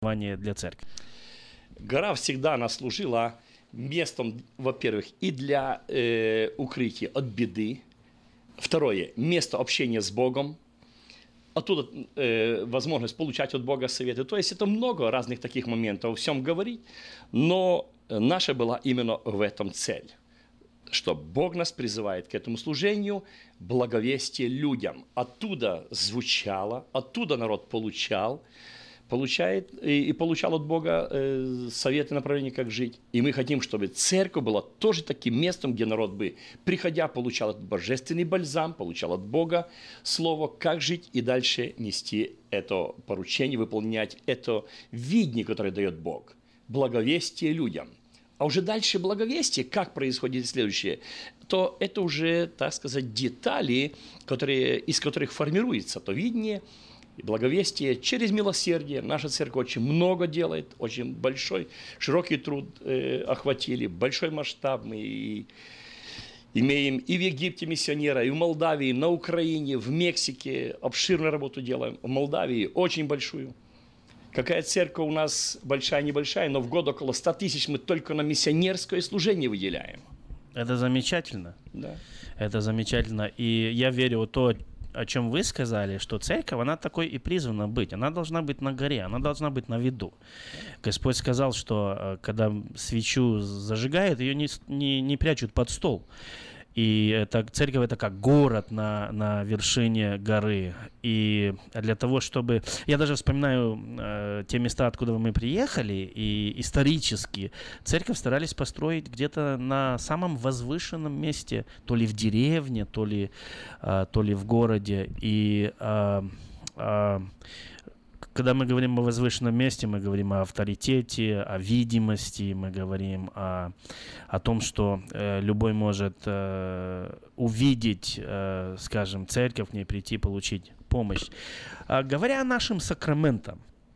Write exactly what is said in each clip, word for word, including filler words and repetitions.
для церкви? Гора всегда она служила местом, во-первых, и для э, укрытия от беды. Второе, место общения с Богом. Оттуда э, возможность получать от Бога советы. То есть это много разных таких моментов, о всем говорить. Но наша была именно в этом цель. Что Бог нас призывает к этому служению, благовестие людям. Оттуда звучало, оттуда народ получал. Получает и, и получал от Бога э, советы, направления, как жить. И мы хотим, чтобы церковь была тоже таким местом, где народ бы, приходя, получал этот божественный бальзам, получал от Бога слово, как жить и дальше нести это поручение, выполнять это видение, которое дает Бог. Благовестие людям. А уже дальше благовестие, как происходит следующее, то это уже, так сказать, детали, которые, из которых формируется то видение, и благовестие через милосердие. Наша церковь очень много делает, очень большой, широкий труд э, охватили, большой масштаб. Мы и имеем и в Египте миссионера, и в Молдавии, на Украине, в Мексике. Обширную работу делаем. В Молдавии очень большую. Какая церковь у нас большая-небольшая, но в год около ста тысяч мы только на миссионерское служение выделяем. Это замечательно. Да. Это замечательно. И я верю в то, о чем вы сказали, что церковь, она такой и призвана быть. Она должна быть на горе, она должна быть на виду. Господь сказал, что когда свечу зажигают, ее не, не, не прячут под стол. И это, церковь – это как город на, на вершине горы. И для того, чтобы… Я даже вспоминаю э, те места, откуда мы приехали, и исторически церковь старались построить где-то на самом возвышенном месте, то ли в деревне, то ли, э, то ли в городе. И… Э, э, Когда мы говорим о возвышенном месте, мы говорим о авторитете, о видимости, мы говорим о, о том, что э, любой может э, увидеть, э, скажем, церковь, к ней прийти, получить помощь. А, говоря о нашем сакраментам,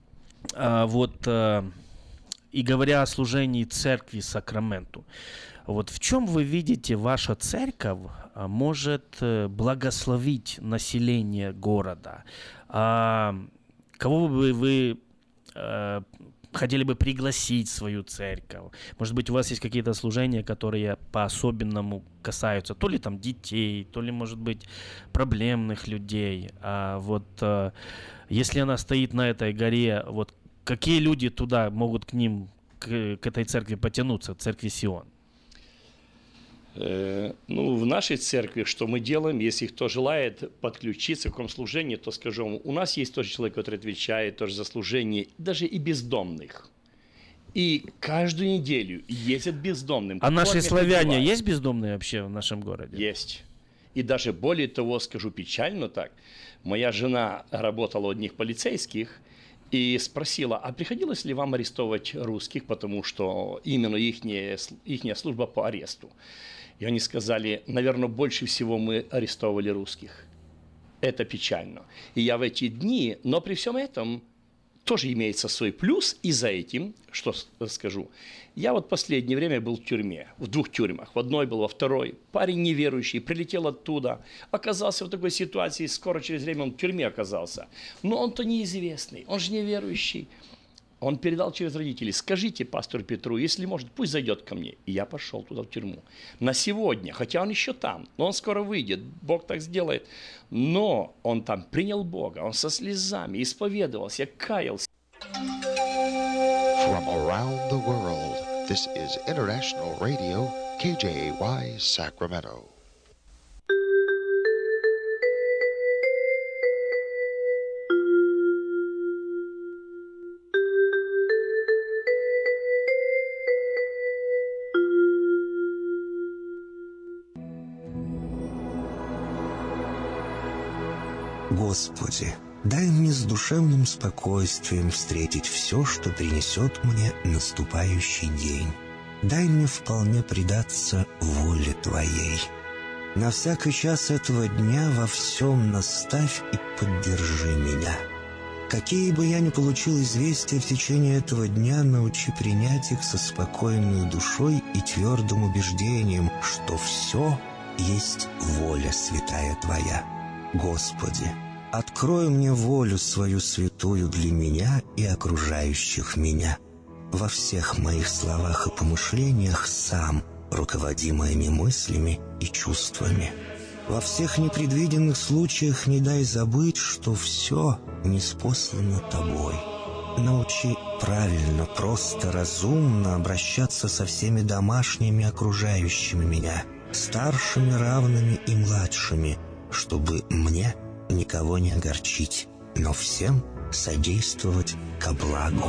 а, вот, а, и говоря о служении церкви сакраменту, вот в чем вы видите, ваша церковь а, может благословить население города? А, Кого бы вы э, хотели бы пригласить в свою церковь? Может быть, у вас есть какие-то служения, которые по-особенному касаются то ли там детей, то ли, может быть, проблемных людей. А вот э, если она стоит на этой горе, вот какие люди туда могут к ним, к, к этой церкви потянуться, к церкви Сион? Ну, в нашей церкви, что мы делаем, если кто желает подключиться к какому служению, то скажем, у нас есть тоже человек, который отвечает тоже за служение, даже и бездомных. И каждую неделю ездят бездомным. А наши славяне есть бездомные вообще в нашем городе? Есть. И даже более того, скажу печально так, моя жена работала у одних полицейских, и спросила, а приходилось ли вам арестовывать русских, потому что именно ихняя, ихняя служба по аресту. И они сказали, наверное, больше всего мы арестовывали русских. Это печально. И я в эти дни, но при всем этом тоже имеется свой плюс, и за этим, что скажу, я вот последнее время был в тюрьме, в двух тюрьмах, в одной был, во второй, парень неверующий, прилетел оттуда, оказался в такой ситуации, скоро через время он в тюрьме оказался, но он-то неизвестный, он же неверующий, он передал через родителей, скажите пастору Петру, если может, пусть зайдет ко мне, и я пошел туда в тюрьму, на сегодня, хотя он еще там, но он скоро выйдет, Бог так сделает, но он там принял Бога, он со слезами исповедовался, каялся. From around the world, this is International Radio, K J A Y, Sacramento. Господи, дай мне с душевным спокойствием встретить все, что принесет мне наступающий день. Дай мне вполне предаться воле Твоей. На всякий час этого дня во всем наставь и поддержи меня. Какие бы я ни получил известия в течение этого дня, научи принять их со спокойной душой и твердым убеждением, что все есть воля святая Твоя. Господи, открой мне волю свою святую для меня и окружающих меня. Во всех моих словах и помышлениях сам руководи моими мыслями и чувствами. Во всех непредвиденных случаях не дай забыть, что все ниспослано тобой. Научи правильно, просто, разумно обращаться со всеми домашними окружающими меня, старшими, равными и младшими, чтобы мне никого не огорчить, но всем содействовать ко благу.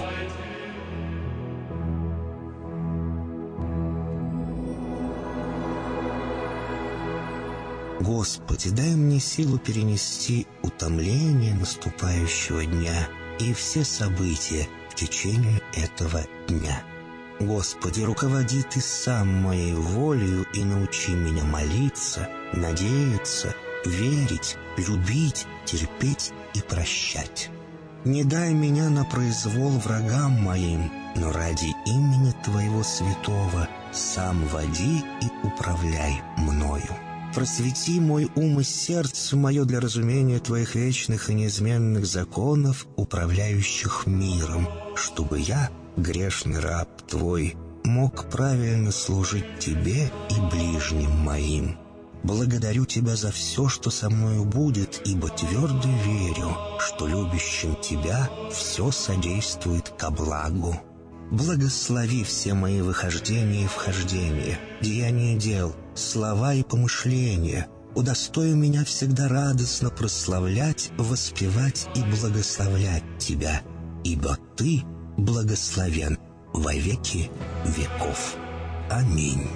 Господи, дай мне силу перенести утомление наступающего дня и все события в течение этого дня. Господи, руководи Ты сам моей волею и научи меня молиться, надеяться, верить, любить, терпеть и прощать. Не дай меня на произвол врагам моим, но ради имени Твоего святого сам води и управляй мною. Просвети мой ум и сердце мое для разумения Твоих вечных и неизменных законов, управляющих миром, чтобы я, грешный раб Твой, мог правильно служить Тебе и ближним моим. Благодарю Тебя за все, что со мною будет, ибо твердо верю, что любящим Тебя все содействует ко благу. Благослови все мои выхождения и вхождения, деяния дел, слова и помышления. Удостой меня всегда радостно прославлять, воспевать и благословлять Тебя, ибо Ты благословен во веки веков. Аминь.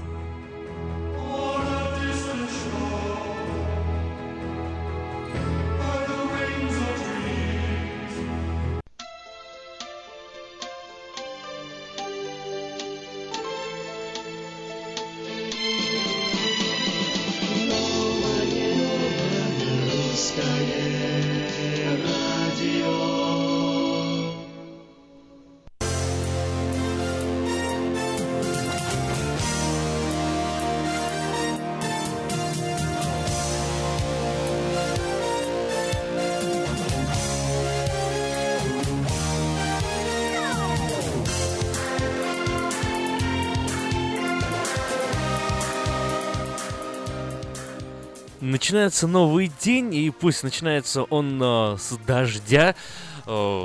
Начинается новый день, и пусть начинается он э, с дождя. Э,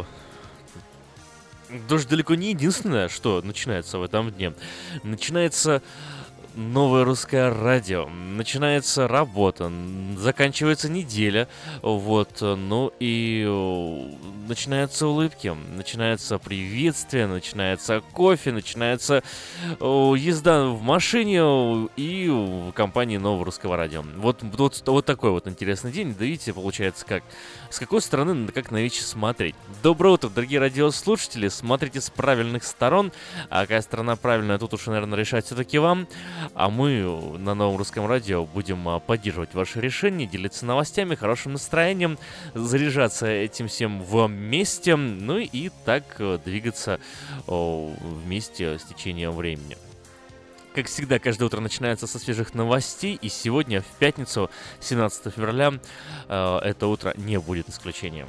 дождь далеко не единственное, что начинается в этом дне. Начинается новое русское радио, начинается работа, заканчивается неделя, вот, ну и начинаются улыбки, начинается приветствие, начинается кофе, начинается езда в машине и в компании нового русского радио. Вот, вот, вот такой вот интересный день, да видите, получается как, с какой стороны, как на вещи смотреть. Доброе утро, дорогие радиослушатели, смотрите с правильных сторон, а какая сторона правильная, тут уж, наверное, решать все-таки вам. А мы на Новом Русском Радио будем поддерживать ваши решения, делиться новостями, хорошим настроением, заряжаться этим всем вместе, ну и так двигаться вместе с течением времени. Как всегда, каждое утро начинается со свежих новостей, и сегодня, в пятницу, семнадцатого февраля, это утро не будет исключением.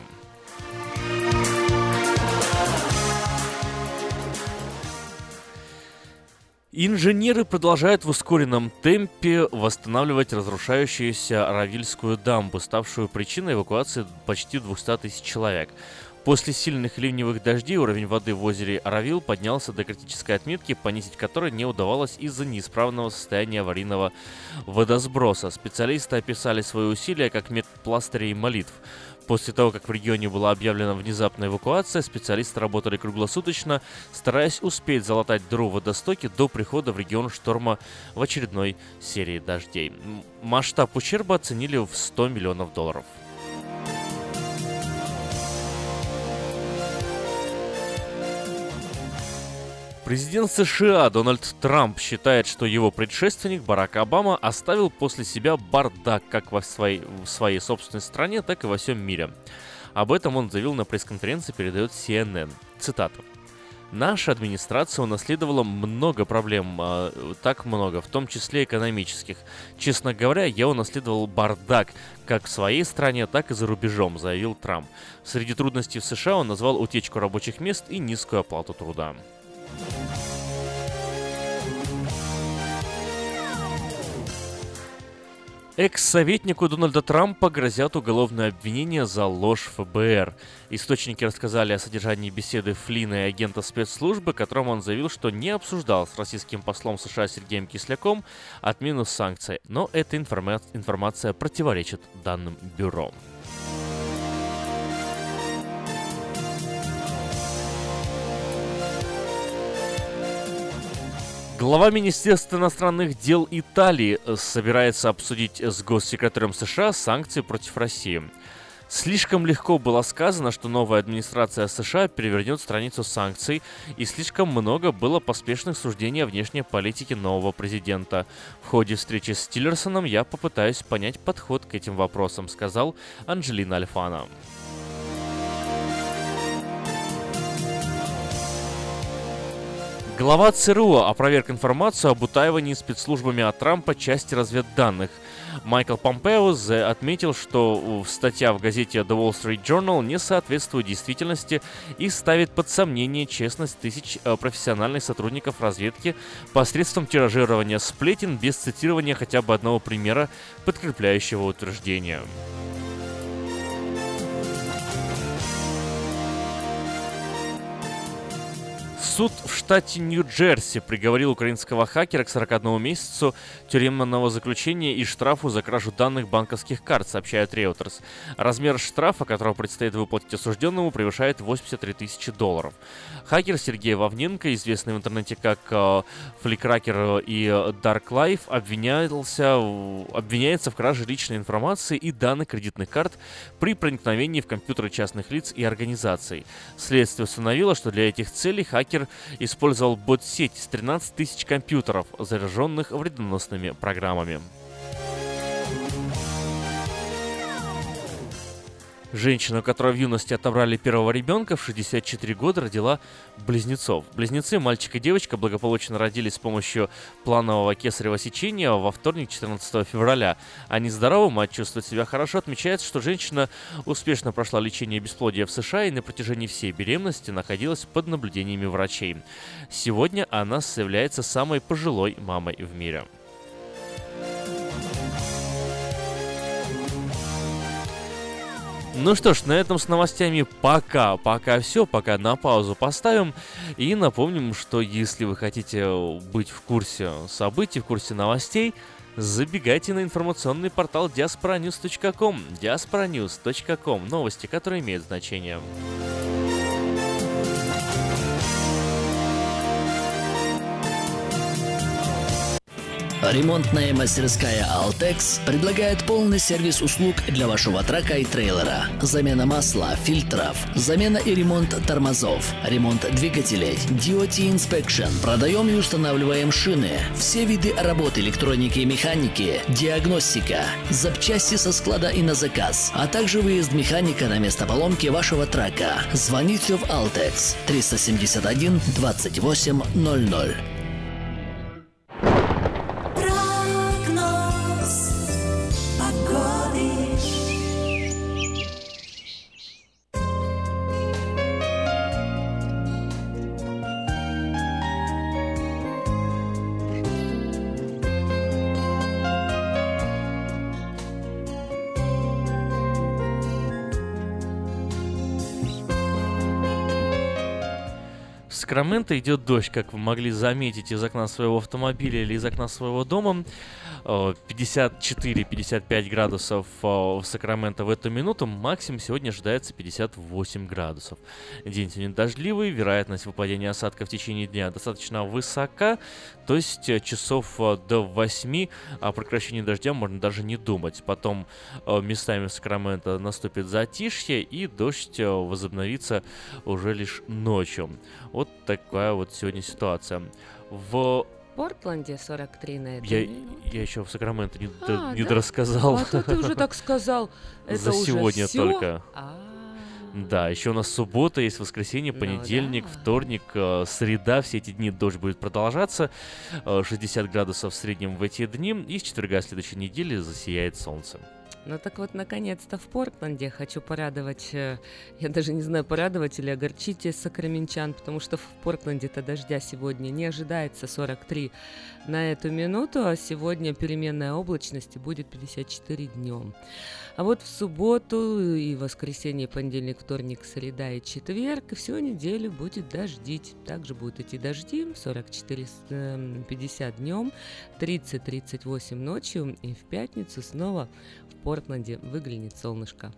Инженеры продолжают в ускоренном темпе восстанавливать разрушающуюся Равильскую дамбу, ставшую причиной эвакуации почти двухсот тысяч человек. После сильных ливневых дождей уровень воды в озере Равил поднялся до критической отметки, понизить которой не удавалось из-за неисправного состояния аварийного водосброса. Специалисты описали свои усилия как метод пластыря и молитв. После того, как в регионе была объявлена внезапная эвакуация, специалисты работали круглосуточно, стараясь успеть залатать дыру в водостоке до прихода в регион шторма в очередной серии дождей. Масштаб ущерба оценили в сто миллионов долларов. Президент США Дональд Трамп считает, что его предшественник Барак Обама оставил после себя бардак как во своей, в своей собственной стране, так и во всем мире. Об этом он заявил на пресс-конференции, передает си эн эн. Цитата. Наша администрация унаследовала много проблем, э, так много, в том числе экономических. Честно говоря, я унаследовал бардак как в своей стране, так и за рубежом, заявил Трамп. Среди трудностей в США он назвал утечку рабочих мест и низкую оплату труда. Экс-советнику Дональда Трампа грозят уголовные обвинения за ложь эф бэ эр. Источники рассказали о содержании беседы Флинна и агента спецслужбы, которым он заявил, что не обсуждал с российским послом США Сергеем Кисляком отмену санкций. Но эта информа- информация противоречит данным бюро. Глава Министерства иностранных дел Италии собирается обсудить с госсекретарем США санкции против России. Слишком легко было сказано, что новая администрация США перевернет страницу санкций, и слишком много было поспешных суждений о внешней политике нового президента. В ходе встречи с Тиллерсоном я попытаюсь понять подход к этим вопросам, сказал Анджелино Альфано. Глава ЦРУ опроверг информацию об утаивании спецслужбами от Трампа части разведданных. Майкл Помпео отметил, что статья в газете The Wall Street Journal не соответствует действительности и ставит под сомнение честность тысяч профессиональных сотрудников разведки посредством тиражирования сплетен без цитирования хотя бы одного примера, подкрепляющего утверждение. Суд в штате Нью-Джерси приговорил украинского хакера к сорока одному месяцу тюремного заключения и штрафу за кражу данных банковских карт, сообщает Reuters. Размер штрафа, которого предстоит выплатить осужденному, превышает восемьдесят три тысячи долларов. Хакер Сергей Вовненко, известный в интернете как э, Фликракер и Dark Life, обвинялся, обвиняется в краже личной информации и данных кредитных карт при проникновении в компьютеры частных лиц и организаций. Следствие установило, что для этих целей хакер использовал бот-сеть с тринадцати тысяч компьютеров, заряженных вредоносными программами. Женщина, у которой в юности отобрали первого ребенка, в шестьдесят четыре года родила близнецов. Близнецы, мальчик и девочка, благополучно родились с помощью планового кесарево сечения во вторник, четырнадцатого февраля. Они здоровы, мать чувствует себя хорошо. Отмечается, что женщина успешно прошла лечение бесплодия в США и на протяжении всей беременности находилась под наблюдениями врачей. Сегодня она является самой пожилой мамой в мире. Ну что ж, на этом с новостями пока, пока все, пока на паузу поставим. И напомним, что если вы хотите быть в курсе событий, в курсе новостей, забегайте на информационный портал диаспора ньюс точка ком. диаспора ньюс точка ком. Новости, которые имеют значение. Ремонтная мастерская «Алтекс» предлагает полный сервис услуг для вашего трака и трейлера. Замена масла, фильтров, замена и ремонт тормозов, ремонт двигателей, ди о ти Inspection. Продаем и устанавливаем шины, все виды работ электроники и механики, диагностика, запчасти со склада и на заказ, а также выезд механика на место поломки вашего трака. Звоните в «Алтекс» триста семьдесят один двадцать восемь ноль ноль. В Сакраменто идет дождь, как вы могли заметить из окна своего автомобиля или из окна своего дома. пятьдесят четыре - пятьдесят пять градусов в Сакраменто в эту минуту. Максимум сегодня ожидается пятьдесят восемь градусов. День сегодня дождливый, вероятность выпадения осадка в течение дня достаточно высока. То есть часов до восьми о прекращении дождя можно даже не думать. Потом местами в Сакраменто наступит затишье, и дождь возобновится уже лишь ночью. Вот такая вот сегодня ситуация. В В Портленде сорок три на это. Я, я еще в Сакраменто не, А, не да? дорассказал. А то ты уже так сказал. Это За уже сегодня всё? только. А. Да, еще у нас суббота, есть воскресенье, понедельник, Ну, да. вторник, э, среда. Все эти дни дождь будет продолжаться. Э, шестьдесят градусов в среднем в эти дни. И с четверга следующей недели засияет солнце. Ну так вот, наконец-то в Портленде хочу порадовать, э, я даже не знаю, порадовать или огорчить сакраменчан, потому что в Портленде-то дождя сегодня не ожидается, сорок три на эту минуту, а сегодня переменная облачность будет пятьдесят четыре днем. А вот в субботу и воскресенье, понедельник, вторник, среда и четверг всю неделю будет дождить. Также будут идти дожди, сорок четыре пятьдесят днем, тридцать тридцать восемь ночью, и в пятницу снова в Портленде выглянет солнышко.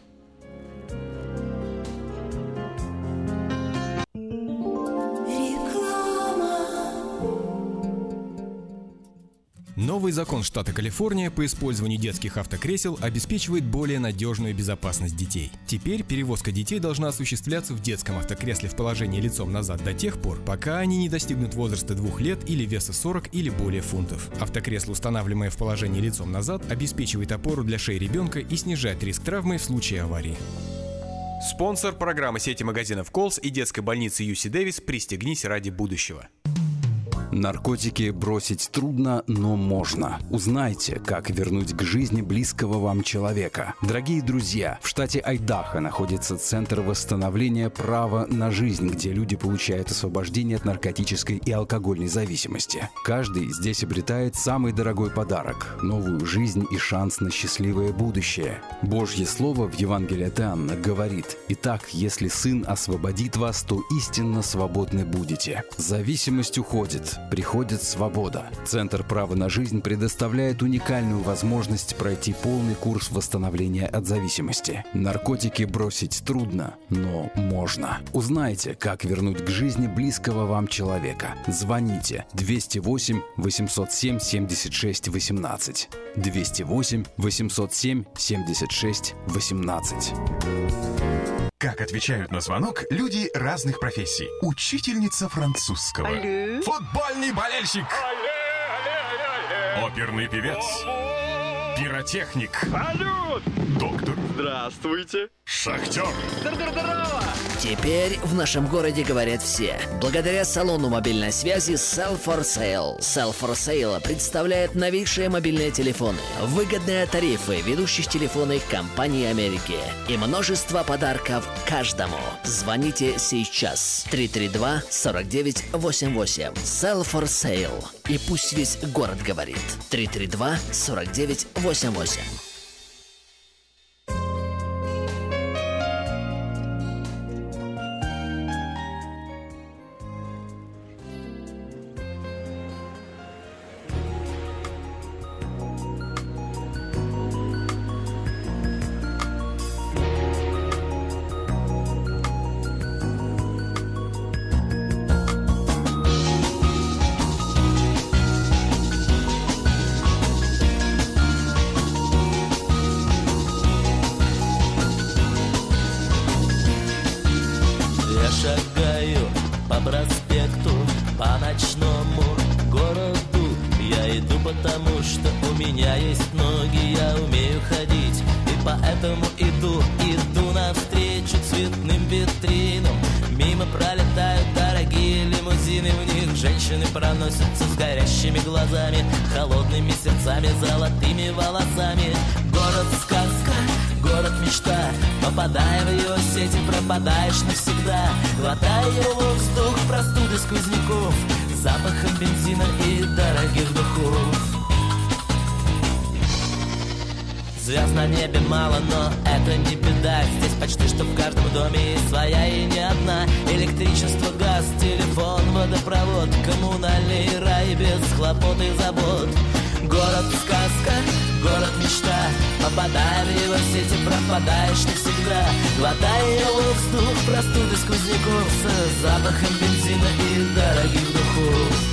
Новый закон штата Калифорния по использованию детских автокресел обеспечивает более надежную безопасность детей. Теперь перевозка детей должна осуществляться в детском автокресле в положении лицом назад до тех пор, пока они не достигнут возраста двух лет или веса сорок или более фунтов. Автокресло, устанавливаемое в положении лицом назад, обеспечивает опору для шеи ребенка и снижает риск травмы в случае аварии. Спонсор программы сети магазинов Колс и детской больницы ю си Дэвис «Пристегнись ради будущего». Наркотики бросить трудно, но можно. Узнайте, как вернуть к жизни близкого вам человека. Дорогие друзья, в штате Айдахо находится Центр восстановления права на жизнь, где люди получают освобождение от наркотической и алкогольной зависимости. Каждый здесь обретает самый дорогой подарок – новую жизнь и шанс на счастливое будущее. Божье Слово в Евангелии от Иоанна говорит: «Итак, если Сын освободит вас, то истинно свободны будете». Зависимость уходит. Приходит свобода. Центр права на жизнь предоставляет уникальную возможность пройти полный курс восстановления от зависимости. Наркотики бросить трудно, но можно. Узнайте, как вернуть к жизни близкого вам человека. Звоните двести восемь восемьсот семь семьдесят шесть восемнадцать. двести восемь восемьсот семь семьдесят шесть восемнадцать. Как отвечают на звонок люди разных профессий. Учительница французского. Алле. Футбольный болельщик. Алле, алле, алле. Оперный певец. Пиротехник. Салют. Доктор. Здравствуйте. Шахтер. Здорово. Теперь в нашем городе говорят все. Благодаря салону мобильной связи Sell for Sale. Sell for Sale представляет новейшие мобильные телефоны, выгодные тарифы ведущих телефонных компаний Америки и множество подарков каждому. Звоните сейчас. три три два сорок девять восемьдесят восемь. Sell for Sale. И пусть весь город говорит. три три два сорок девять восемьдесят восемь. Шагаю по проспекту, по ночному городу. Я иду потому, что у меня есть ноги, я умею ходить, и поэтому иду, иду навстречу цветным витринам. Мимо пролетают дорогие лимузины, в них женщины проносятся с горящими глазами, холодными сердцами, золотыми волосами. Город-сказка, город-мечта, попадая в его сети, пропадаешь навсегда. Глотая его воздух, простуды сквозняков, запахом бензина и дорогих духов. Звезд на небе мало, но это не беда. Здесь почти что в каждом доме есть своя и не одна. Электричество, газ, телефон, водопровод, коммунальный рай без хлопот и забот. Город-сказка, город-мечта, попадая в его сети, пропадаешь навсегда. Глотая его воздух, простуды сквозняков, с запахом бензина и дорогих духов.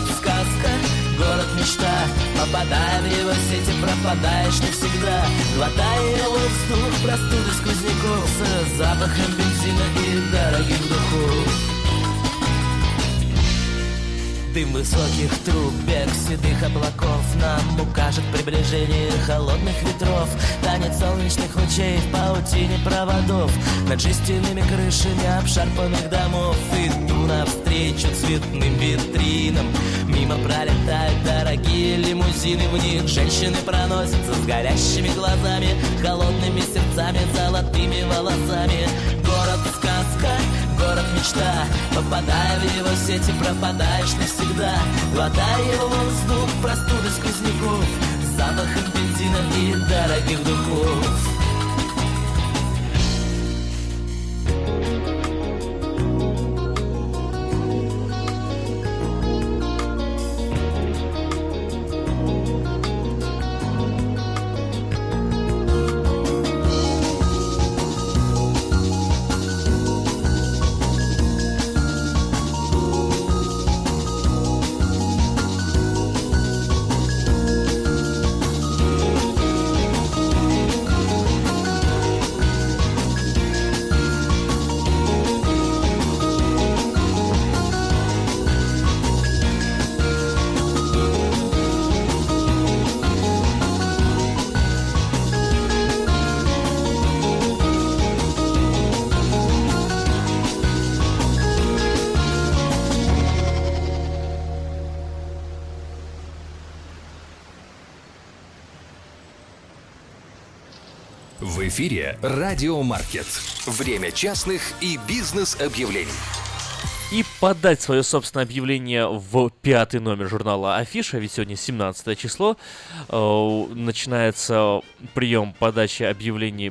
Город сказка, город мечта. Попадая в его сети, пропадаешь навсегда. Глотая воздух, простуды сквозняков с запахом бензина и дорогих духов. Дым высоких труб, бег седых облаков нам укажет приближение холодных ветров. Танец солнечных лучей в паутине проводов над жестяными крышами обшарпанных домов. Иду навстречу цветным витринам, мимо пролетают дорогие лимузины. В них женщины проносятся с горящими глазами, холодными сердцами, золотыми волосами. Город сказка, город мечта. Попадая в его сети, пропадаешь навсегда. Глотая его воздух, простуды сквозняков, с запахом бензина и дорогих духов. В эфире Радиомаркет. Время частных и бизнес-объявлений. И подать свое собственное объявление в пятый номер журнала «Афиша», ведь сегодня семнадцатое число, э, начинается прием подачи объявлений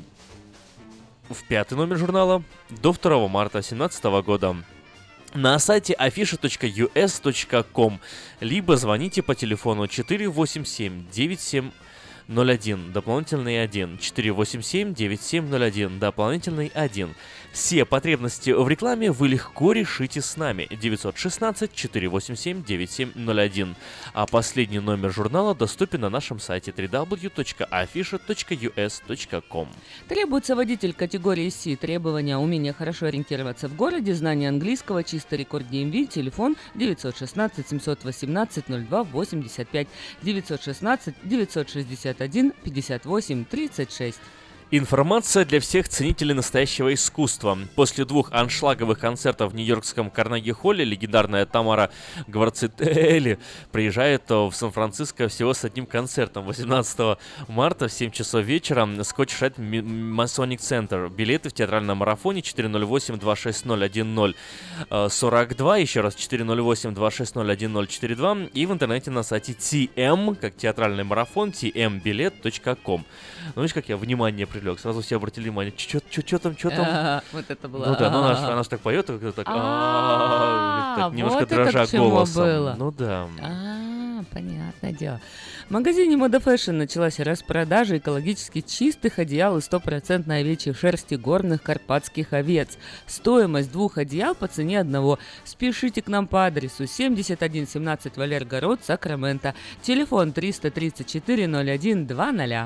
в пятый номер журнала до второго марта две тысячи семнадцатого года. На сайте афиша точка ю эс точка ком, либо звоните по телефону четыре восемь семь девять семь ноль один, дополнительный один, четыре восемь семь девять семь ноль один, дополнительный один. Все потребности в рекламе вы легко решите с нами. девятьсот шестнадцать четыреста восемьдесят семь девяносто семь ноль один. А последний номер журнала доступен на нашем сайте дабл ю дабл ю дабл ю точка афиша точка ю эс точка ком. Требуется водитель категории Си. Требования: умение хорошо ориентироваться в городе, знание английского, чистый рекорд ди эм ви, телефон девятьсот шестнадцать семьсот восемнадцать ноль два восемьдесят пять, девятьсот шестнадцать девятьсот шестьдесят один пятьдесят восемь тридцать шесть. Информация для всех ценителей настоящего искусства. После двух аншлаговых концертов в нью-йоркском Карнеги-холле легендарная Тамара Гварцетели приезжает в Сан-Франциско всего с одним концертом. восемнадцатого марта в семь часов вечера Scotch Rite Masonic Center. Билеты в театральном марафоне четыре ноль восемь два шесть ноль один ноль сорок два, еще раз четыре ноль восемь два шесть ноль один ноль четыре два, и в интернете на сайте ти эм, как театральный марафон, ти эм билет точка ком. Ну, видишь, как я внимание привлек. Сразу все обратили внимание, что там, что там. А, вот это было. Ну да, ну она, она же так поет, так, так, а, так немножко вот дрожа голосом. Было. Ну да. А, понятное дело. В магазине Moda Fashion началась распродажа экологически чистых одеял из стопроцентной овечьей шерсти горных карпатских овец. Стоимость двух одеял по цене одного. Спешите к нам по адресу семьдесят один семнадцать Валер-Город, Сакраменто. Телефон триста тридцать четыре ноль один двадцать.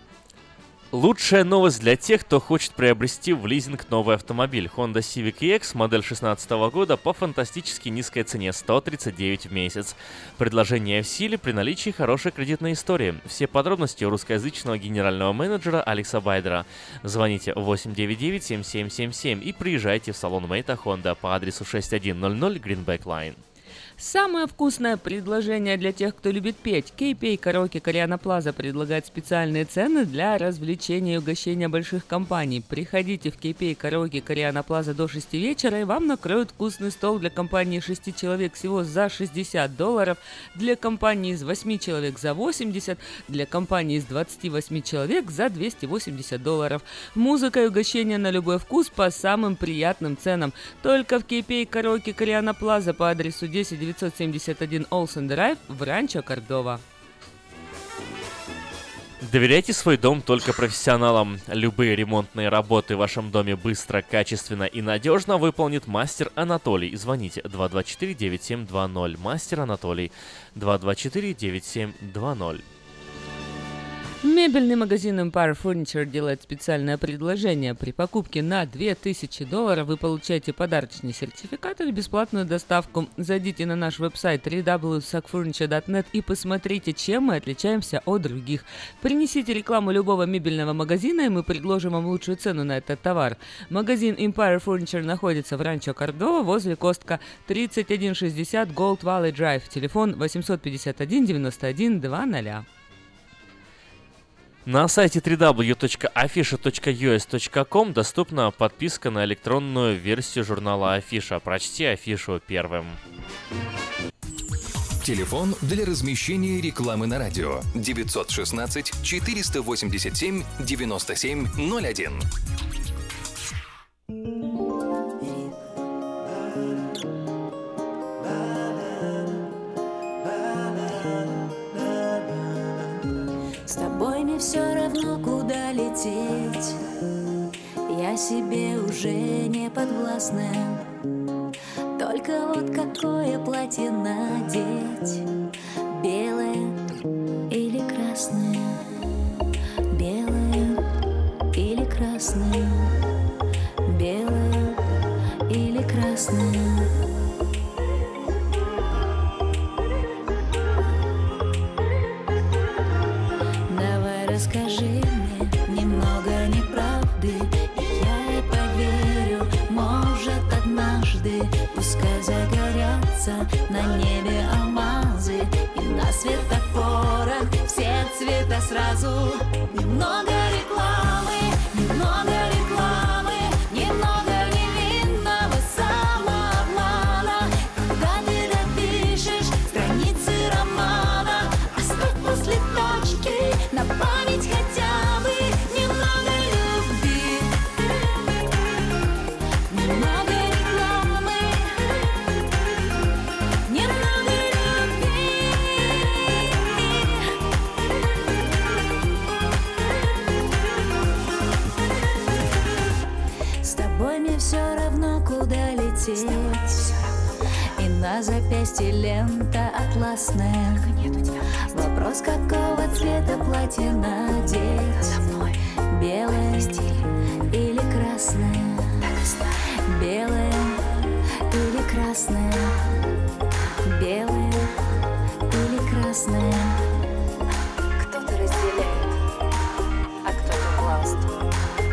Лучшая новость для тех, кто хочет приобрести в лизинг новый автомобиль. Honda Civic и экс, модель шестнадцатого года, по фантастически низкой цене сто тридцать девять в месяц. Предложение в силе при наличии хорошей кредитной истории. Все подробности у русскоязычного генерального менеджера Алекса Байдера. Звоните восемь девять девять семь семь семь семь и приезжайте в салон Мэйта Honda по адресу шесть один ноль ноль Greenback Line. Самое вкусное предложение для тех, кто любит петь. кей пи эй Караоке Кориана Плаза предлагает специальные цены для развлечения и угощения больших компаний. Приходите в кей пи эй Караоке Кориана Плаза до шести вечера, и вам накроют вкусный стол для компании шести человек всего за шестьдесят долларов, для компании из восьми человек за восемьдесят, для компании из двадцати восьми человек за двести восемьдесят долларов. Музыка и угощение на любой вкус по самым приятным ценам. Только в кей пи эй Караоке Кориана Плаза по адресу десять девятьсот семьдесят один Олсен Драйв в Ранчо, Кордова. Доверяйте свой дом только профессионалам. Любые ремонтные работы в вашем доме быстро, качественно и надежно выполнит мастер Анатолий. Звоните два два четыре девять семь два ноль. Мастер Анатолий два два четыре девять семь два ноль. Мебельный магазин Empire Furniture делает специальное предложение. При покупке на две тысячи долларов вы получаете подарочный сертификат или бесплатную доставку. Зайдите на наш веб-сайт дабл ю дабл ю дабл ю точка сак фурничер точка нет и посмотрите, чем мы отличаемся от других. Принесите рекламу любого мебельного магазина, и мы предложим вам лучшую цену на этот товар. Магазин Empire Furniture находится в Ранчо Кордова возле Костка, тридцать один шестьдесят Gold Valley Drive. Телефон восемь пять один девять один два ноль. На сайте дабл ю дабл ю дабл ю точка афиша точка ю эс точка ком доступна подписка на электронную версию журнала Афиша. Прочти афишу первым. Телефон для размещения рекламы на радио девять один шесть четыреста восемьдесят семь девяносто семь ноль один. Все равно, куда лететь, я себе уже не подвластная. Только вот какое платье надеть, белое или красное, белое или красное, белое или красное. Расскажи мне немного неправды, и я и поверю, может, однажды. Пускай загорятся на небе алмазы, и на светофорах все цвета сразу. Немного рекламы, немного рекламы, немного невинного самообмана. Когда ты допишешь страницы романа, оставь после точки на память хотя бы немного любви, немного рекламы, немного любви. С тобой мне все равно, куда лететь, и на запястье лента атласная. Вопрос, какого цвета платье надеть, белое или красное, белое или красное, белое или красное. Кто-то разделяет, а кто-то властвует.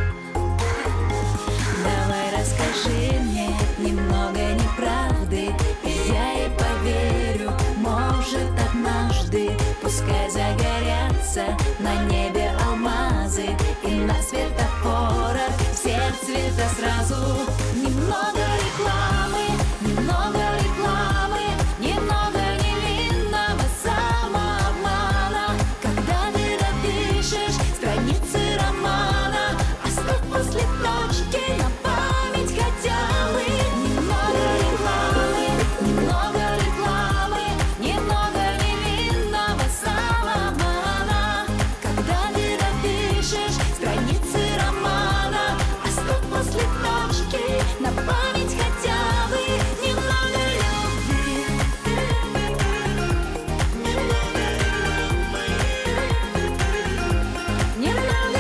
Давай расскажи мне немного неправды, и я и поверю, может, однажды. Пускай загорятся на небе алмазы, и на светофорах все цвета сразу. Немного рекламы, немного рекламы, немного невинного самообмана. Когда ты допишешь страницы романа, оставь после точки на память хотя бы немного рекламы, немного рекламы, немного невинного самообмана. Когда ты допишешь страницы романа, оставь после точки на память хотя бы немного любви, немного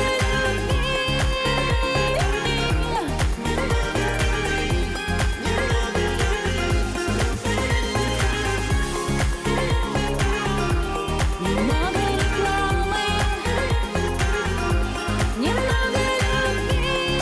немного рекламы, немного любви.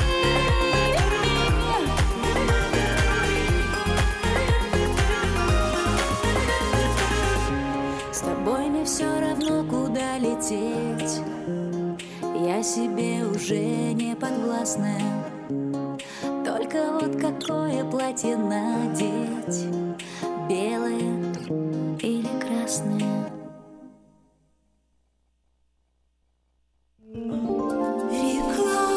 С тобой мне все равно, куда лететь, я себе уже не подвластная. Только вот какое платье надеть, белое или красное.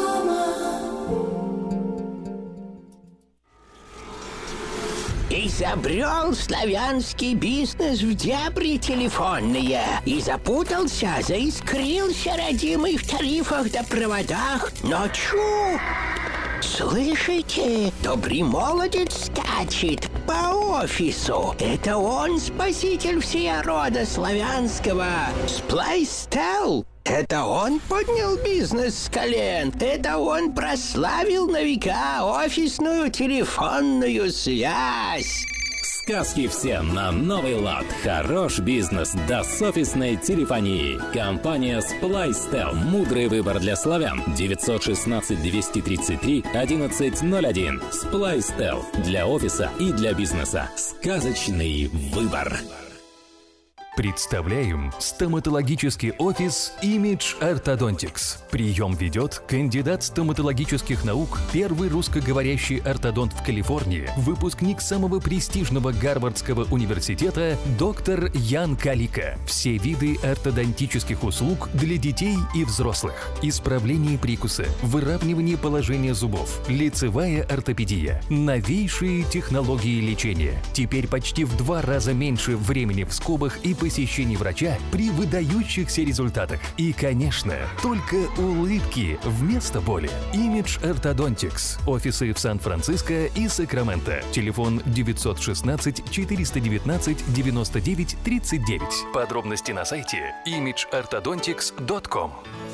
A$AP забрел славянский бизнес в дебри телефонные и запутался, заискрился родимый в тарифах да проводах. Но чу! Слышите? Добрый молодец скачет по офису. Это он спаситель всея рода славянского. Сплайстел. Это он поднял бизнес с колен. Это он прославил на века офисную телефонную связь. Сказки все на новый лад. Хорош бизнес да с офисной телефонии. Компания Splystel. Мудрый выбор для славян. девятьсот шестнадцать двести тридцать три одиннадцать ноль один. Splystel. Для офиса и для бизнеса. Сказочный выбор. Представляем стоматологический офис Image Orthodontics. Прием ведет кандидат стоматологических наук, первый русскоговорящий ортодонт в Калифорнии, выпускник самого престижного Гарвардского университета доктор Ян Калика. Все виды ортодонтических услуг для детей и взрослых. Исправление прикуса, выравнивание положения зубов, лицевая ортопедия, новейшие технологии лечения. Теперь почти в два раза меньше времени в скобах и посещений врача при выдающихся результатах. И, конечно, только улыбки вместо боли. Image Orthodontics. Офисы в Сан-Франциско и Сакраменто. Телефон девятьсот шестнадцать четыреста девятнадцать девяносто девять тридцать девять. Подробности на сайте имидж ортодонтикс точка ком.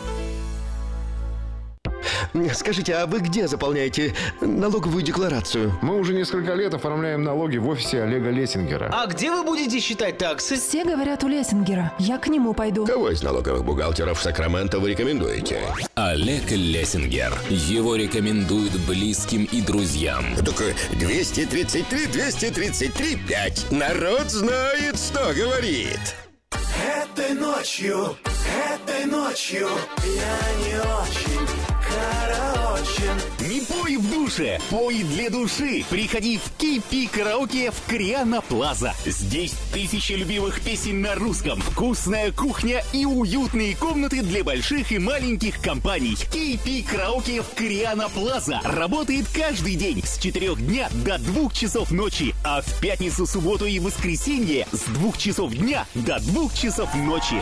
Скажите, а вы где заполняете налоговую декларацию? Мы уже несколько лет оформляем налоги в офисе Олега Лессингера. А где вы будете считать таксы? Все говорят у Лессингера. Я к нему пойду. Кого из налоговых бухгалтеров Сакраменто вы рекомендуете? Олег Лессингер. Его рекомендуют близким и друзьям. Так двести тридцать три двести тридцать три пять. Народ знает, что говорит. Этой ночью, этой ночью я не очень караочен. Не пой в душе, пой для души. Приходи в кей пи Караоке в Кориана Плаза. Здесь тысячи любимых песен на русском, вкусная кухня и уютные комнаты для больших и маленьких компаний. кей пи Караоке в Кориана Плаза работает каждый день с четырёх дня до двух часов ночи, а в пятницу, субботу и воскресенье с двух часов дня до двух часов ночи.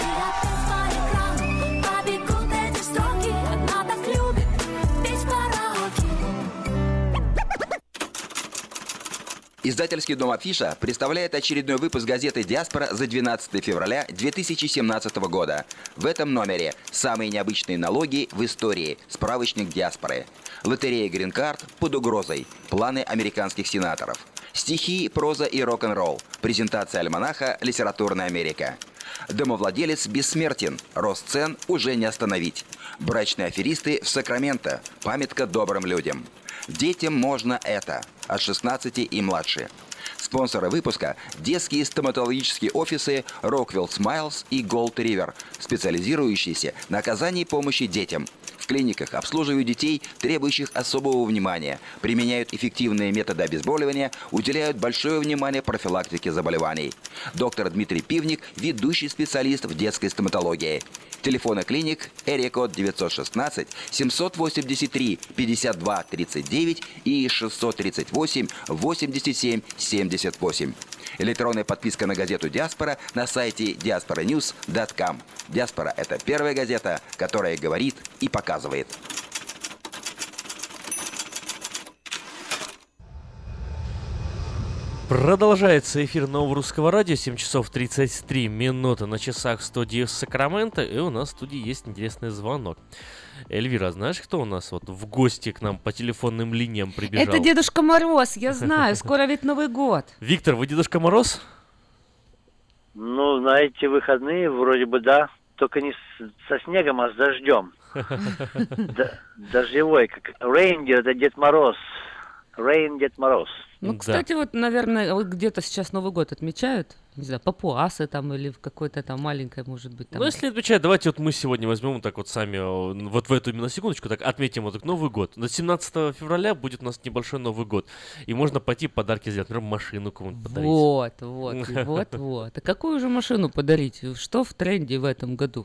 Издательский дом «Афиша» представляет очередной выпуск газеты «Диаспора» за двенадцатое февраля две тысячи семнадцатого года. В этом номере самые необычные налоги в истории. Справочник «Диаспоры». Лотерея «Грин-карт» под угрозой. Планы американских сенаторов. Стихи, проза и рок-н-ролл. Презентация альманаха «Литературная Америка». Домовладелец бессмертен. Рост цен уже не остановить. Брачные аферисты в Сакраменто. Памятка добрым людям. Детям можно это. От шестнадцати и младше. Спонсоры выпуска – детские стоматологические офисы Rockwell Smiles и Gold River, специализирующиеся на оказании помощи детям. В клиниках обслуживают детей, требующих особого внимания, применяют эффективные методы обезболивания, уделяют большое внимание профилактике заболеваний. Доктор Дмитрий Пивник – ведущий специалист в детской стоматологии. Телефоны клиник Эрикод девятьсот шестнадцать семьсот восемьдесят три пятьдесят два тридцать девять и шестьсот тридцать восемь восемьдесят семь семьдесят восемь. Электронная подписка на газету «Диаспора» на сайте диаспора ньюс точка ком. «Диаспора» — это первая газета, которая говорит и показывает. Продолжается эфир Нового Русского Радио, семь часов тридцать три минуты на часах в студии в Сакраменто, и у нас в студии есть интересный звонок. Эльвира, знаешь, кто у нас вот в гости к нам по телефонным линиям прибежал? Это Дедушка Мороз, я знаю, скоро ведь Новый год. Виктор, вы Дедушка Мороз? Ну, знаете, выходные вроде бы да, только не с, со снегом, а с дождем. Дождевой, как Рейндир, это Дед Мороз. Рейн, Дед Мороз. Ну, кстати, вот, наверное, вот где-то сейчас Новый год отмечают, не знаю, папуасы там или в какой-то там маленькой, может быть, там. Ну, если отмечать, давайте вот мы сегодня возьмем вот так вот сами, вот в эту именно секундочку, так отметим вот так Новый год. До семнадцатого февраля будет у нас небольшой Новый год, и можно пойти подарки сделать, например, машину кому-нибудь подарить. Вот, вот, вот, вот. А какую же машину подарить? Что в тренде в этом году?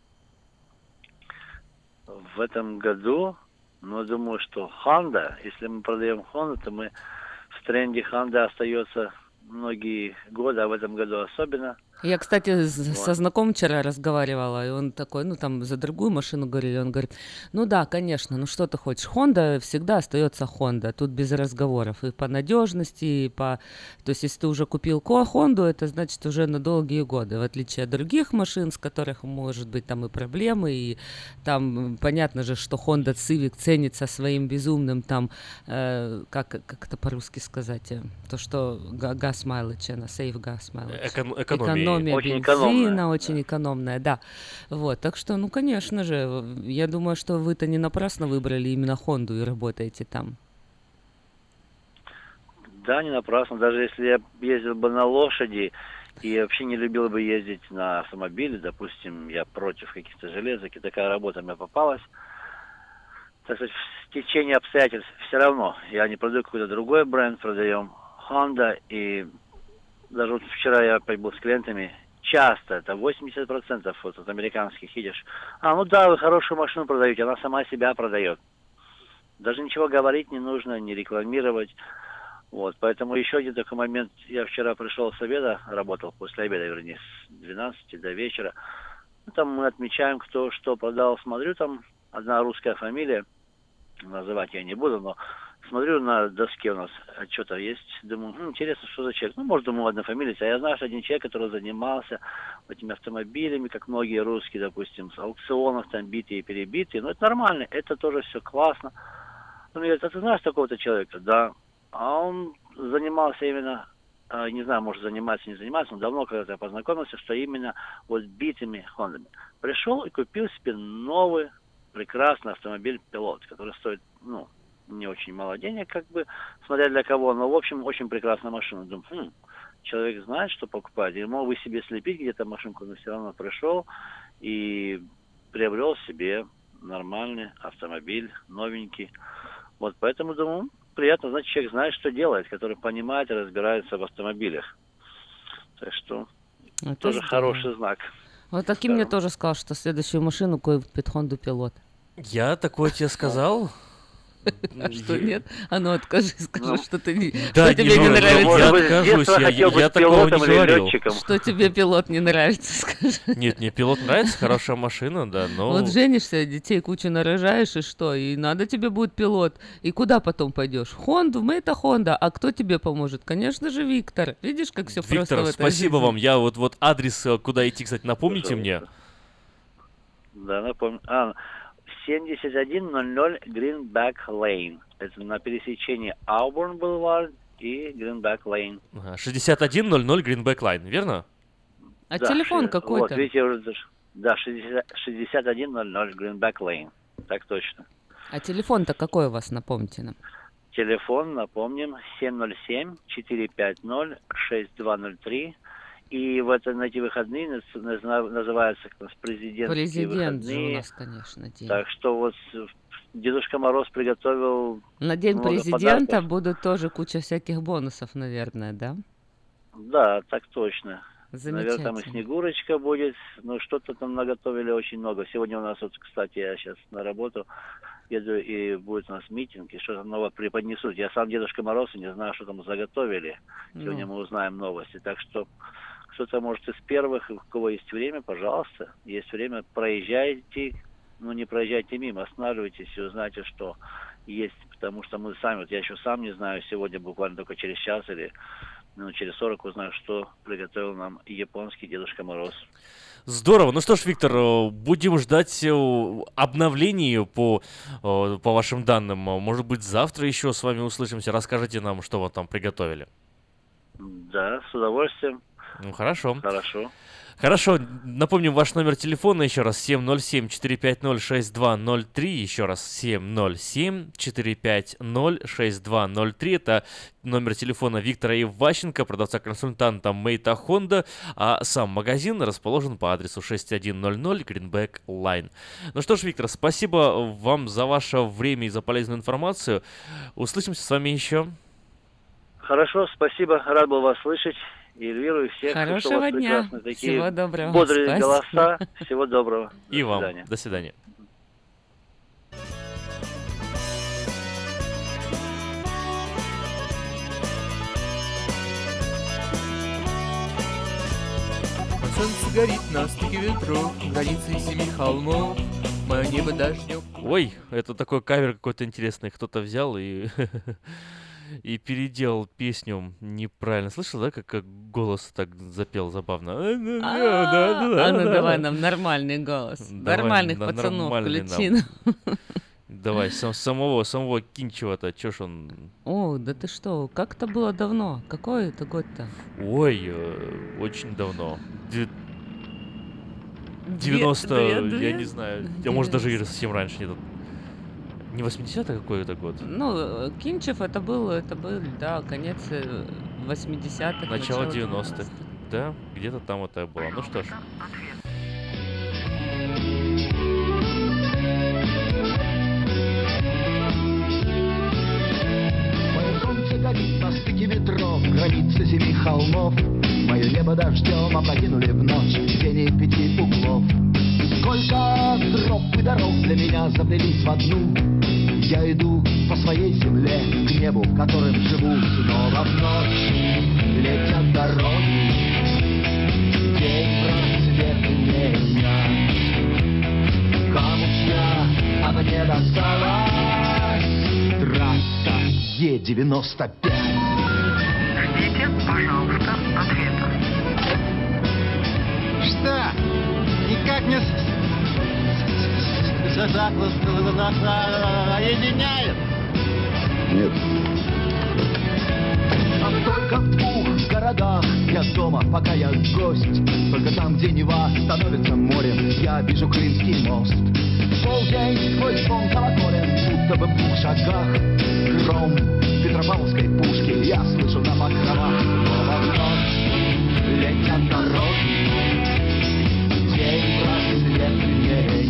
В этом году, ну, я думаю, что Honda, если мы продаем Honda, то мы в тренде Honda остается многие годы, а в этом году особенно. Я, кстати, с- Вот. со знакомым вчера разговаривала, и он такой, ну, там, за другую машину говорили, он говорит, ну да, конечно, ну что ты хочешь, Honda всегда остается Honda, тут без разговоров, и по надежности, и по... То есть, если ты уже купил Ко- Honda, это значит уже на долгие годы, в отличие от других машин, с которых, может быть, там и проблемы, и там м, понятно же, что Honda Civic ценится своим безумным, там, э, как, как это по-русски сказать, э, то, что га- газ mileage, она, safe gas mileage. Эконом- экономией. Экономия Очень бензина, экономная, очень экономная, да. Вот, так что, ну, конечно же, я думаю, что вы-то не напрасно выбрали именно Хонду и работаете там. Да, не напрасно. Даже если я ездил бы на лошади и вообще не любил бы ездить на автомобиле, допустим, я против каких-то железок, и такая работа мне попалась, так сказать, в течение обстоятельств все равно. Я не продаю какой-то другой бренд, продаем Honda, и даже вот вчера я опять был с клиентами, часто, это восемьдесят процентов вот от американских едешь. А, ну да, вы хорошую машину продаете, она сама себя продает. Даже ничего говорить не нужно, не рекламировать. Вот, поэтому еще один такой момент. Я вчера пришел с обеда, работал после обеда, вернее, с двенадцати до вечера. Ну, там мы отмечаем, кто что продал. Смотрю, там одна русская фамилия, называть я не буду, но смотрю на доске у нас что-то есть. Думаю, «Хм, интересно, что за человек. Ну, может, думаю, одна фамилия. А я знаю, что один человек, который занимался этими автомобилями, как многие русские, допустим, с аукционов, там, битые и перебитые. Ну, это нормально, это тоже все классно. Он мне говорит, а ты знаешь такого-то человека? Да. А он занимался именно, э, не знаю, может, занимается, не занимается, но давно когда-то я познакомился, что именно вот битыми Хондами. Пришел и купил себе новый прекрасный автомобиль «Пилот», который стоит, ну, не очень мало денег, как бы, смотря для кого, но, в общем, очень прекрасная машина. Думаю, хм, человек знает, что покупать, и мог бы себе слепить где-то машинку, но все равно пришел и приобрел себе нормальный автомобиль, новенький. Вот поэтому, думаю, приятно, значит, человек знает, что делает, который понимает и разбирается в автомобилях. Так что Это тоже здорово. хороший знак. Вот таким мне тоже сказал, что следующую машину купит Хонду Пилот. Я такое тебе сказал? Что нет? А ну откажи, скажи, что ты не- Да, что тебе не не нужно, нравится. я откажусь, я- я- я такого не говорил. Что тебе Пилот не нравится, скажи. Нет, мне Пилот нравится, хорошая машина, да, но... Вот женишься, детей кучу нарожаешь, и что? И надо тебе будет Пилот. И куда потом пойдешь? В Хонду? Мы это Хонда. А кто тебе поможет? Конечно же, Виктор. Видишь, как все просто Виктор, в этой спасибо жизни? вам. Я вот, вот адрес, э, куда идти, кстати, напомните мне. Да, напомню. А, семьдесят один ноль ноль Greenback Lane. Это на пересечении Auburn Boulevard и Greenback Lane. Ага, шестьдесят один ноль ноль Greenback Line, верно? А Да, телефон ши- какой-то? Вот, видите, уже даже- да, шестьдесят, шестьдесят один ноль ноль Greenback Lane. Так точно. А телефон-то какой у вас, напомните нам? Телефон, напомним, семь ноль семь четыре пять ноль шесть два ноль три. И в это, на эти выходные наз- наз- называются как раз президентские Президент же у выходные. нас, конечно, день. Так что вот с- Дедушка Мороз приготовил На День много президента подарков. будут тоже куча всяких бонусов, наверное, да? Да, так точно. Наверное, там и Замечательно. Снегурочка будет. Ну, что-то там наготовили очень много. Сегодня у нас, вот, кстати, я сейчас на работу еду, и будет у нас митинг, и что-то новое преподнесут. Я сам Дедушка Мороз, и не знаю, что там заготовили. Сегодня Ну. мы узнаем новости. Так что кто-то, может, из первых, у кого есть время, пожалуйста, есть время, проезжайте, ну, не проезжайте мимо, останавливайтесь и узнайте, что есть. Потому что мы сами, вот я еще сам не знаю, сегодня буквально только через час или минут через сорок узнаю, что приготовил нам японский Дедушка Мороз. Здорово. Ну что ж, Виктор, э, будем ждать э, обновлений по, э, по вашим данным. Может быть, завтра еще с вами услышимся. Расскажите нам, что вы там приготовили. Да, с удовольствием. Ну, хорошо. Хорошо. Хорошо, напомним ваш номер телефона еще раз, семь ноль семь четыре пять ноль шесть два ноль три, еще раз, семь ноль семь четыре пять ноль шесть два ноль три, это номер телефона Виктора Иващенко, продавца-консультанта Мэйта Honda, а сам магазин расположен по адресу шесть один ноль ноль Greenback Line. Ну что ж, Виктор, спасибо вам за ваше время и за полезную информацию, услышимся с вами еще. Хорошо, спасибо, рад был вас слышать. И Эльвиру, и всех, Хорошего что у вас дня. прекрасные такие Всего доброго. бодрые Спасибо. голоса. Всего доброго. И До вам. свидания. До свидания. Солнце горит на стыке ветров, границы семи холмов, мое небо дождем. Ой, это такой кавер какой-то интересный. Кто-то взял и... и переделал песню неправильно. Слышал, да, как, как голос так запел забавно? А ну давай нам нормальный голос. Нормальных пацанов включи. Давай, сам, самого, самого Кинчева-то, чё ж он... О, да ты что, как это было давно? Какой это год-то? Ой, э, очень давно. Д... девяносто, две, две, я не знаю, а может даже и совсем раньше. Нет. Не восьмидесятый какой-то год? Ну, Кинчев это был, это был, да, конец восьмидесятых. Начало девяностых, да, где-то там вот это было. Ну что ж. Горит на стыке ветров, границы семи холмов. Мое небо дождем опрокинули в ночь тени пяти углов. Сколько троп и дорог для меня заплелись в одну. Я иду по своей земле к небу, которым живу. Снова в ночь летят дороги, день просветлее меня. Кому я, а мне досталась трасса Е девяносто пять. Ждите, пожалуйста, ответа. Что? Никак не соединяет? Нет. А только в двух городах я дома, пока я гость. Только там, где Нева становится морем, я вижу Крымский мост. Полдень сквозь сон колоколен, будто бы в двух шагах. Гром Петропавловской пушки я слышу на покровах. Снова в ночь летят дороги, день просветления.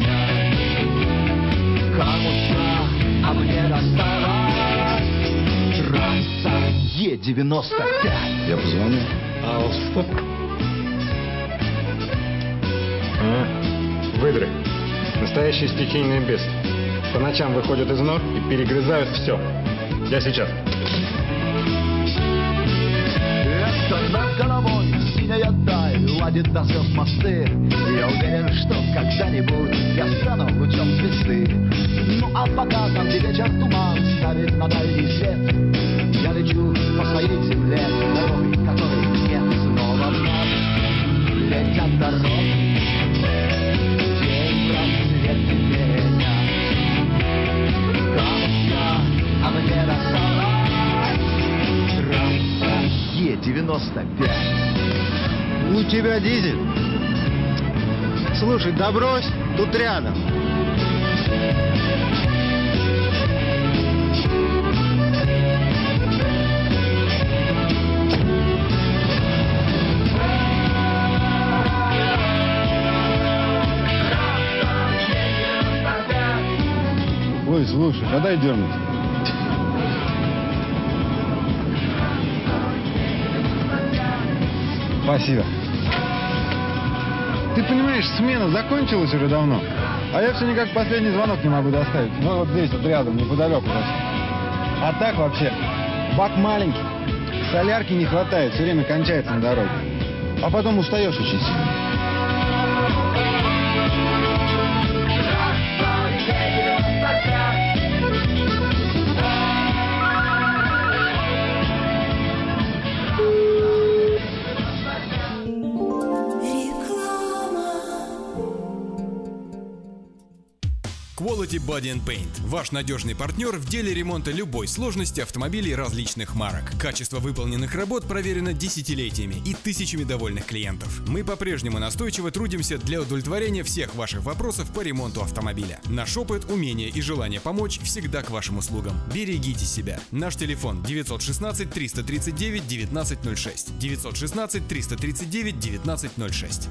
Кому-то, а мне досталась трасса Е девяносто пять. Я позвоню. А, стоп. А, выдры. Настоящие стихийные бесы. По ночам выходят из нор и перегрызают все. Я сейчас. Это над головой синяя даль ладит до звезд мосты. Я уверен, что когда-нибудь я стану лучом звезды. Ну а пока там, где вечер туман ставит на дальний свет, я лечу по своей земле, дорогой, которой нет. Снова в ночь летят дороги, день просветления. Кому-то, а мне досталась трасса Е девяносто пять. У тебя дизель? Слушай, да брось, тут рядом. Ой, слушай, а дай дернуть. Спасибо. Ты понимаешь, смена закончилась уже давно, а я все никак последний звонок не могу доставить. Ну вот здесь, вот рядом, неподалеку. А так вообще, бак маленький, солярки не хватает, все время кончается на дороге. А потом устаешь очень сильно. Quality Body and Paint – ваш надежный партнер в деле ремонта любой сложности автомобилей различных марок. Качество выполненных работ проверено десятилетиями и тысячами довольных клиентов. Мы по-прежнему настойчиво трудимся для удовлетворения всех ваших вопросов по ремонту автомобиля. Наш опыт, умение и желание помочь всегда к вашим услугам. Берегите себя. Наш телефон девятьсот шестнадцать триста тридцать девять девятнадцать ноль шесть. девятьсот шестнадцать триста тридцать девять девятнадцать ноль шесть.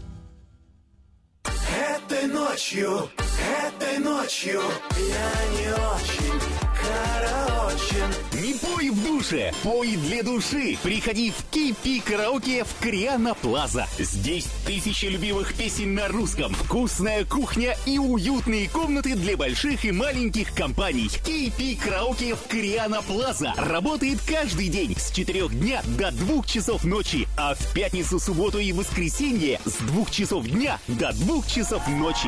Этой ночью, этой ночью я не очень караочен. Не пой в душе, пой для души. Приходи в Кипи караоке в Криана Плаза. Здесь тысячи любимых песен на русском, вкусная кухня и уютные комнаты для больших и маленьких компаний. Кипи караоке в Криана Плаза работает каждый день с четырех дня до двух часов ночи, а в пятницу, субботу и воскресенье с двух часов дня до двух часов ночи.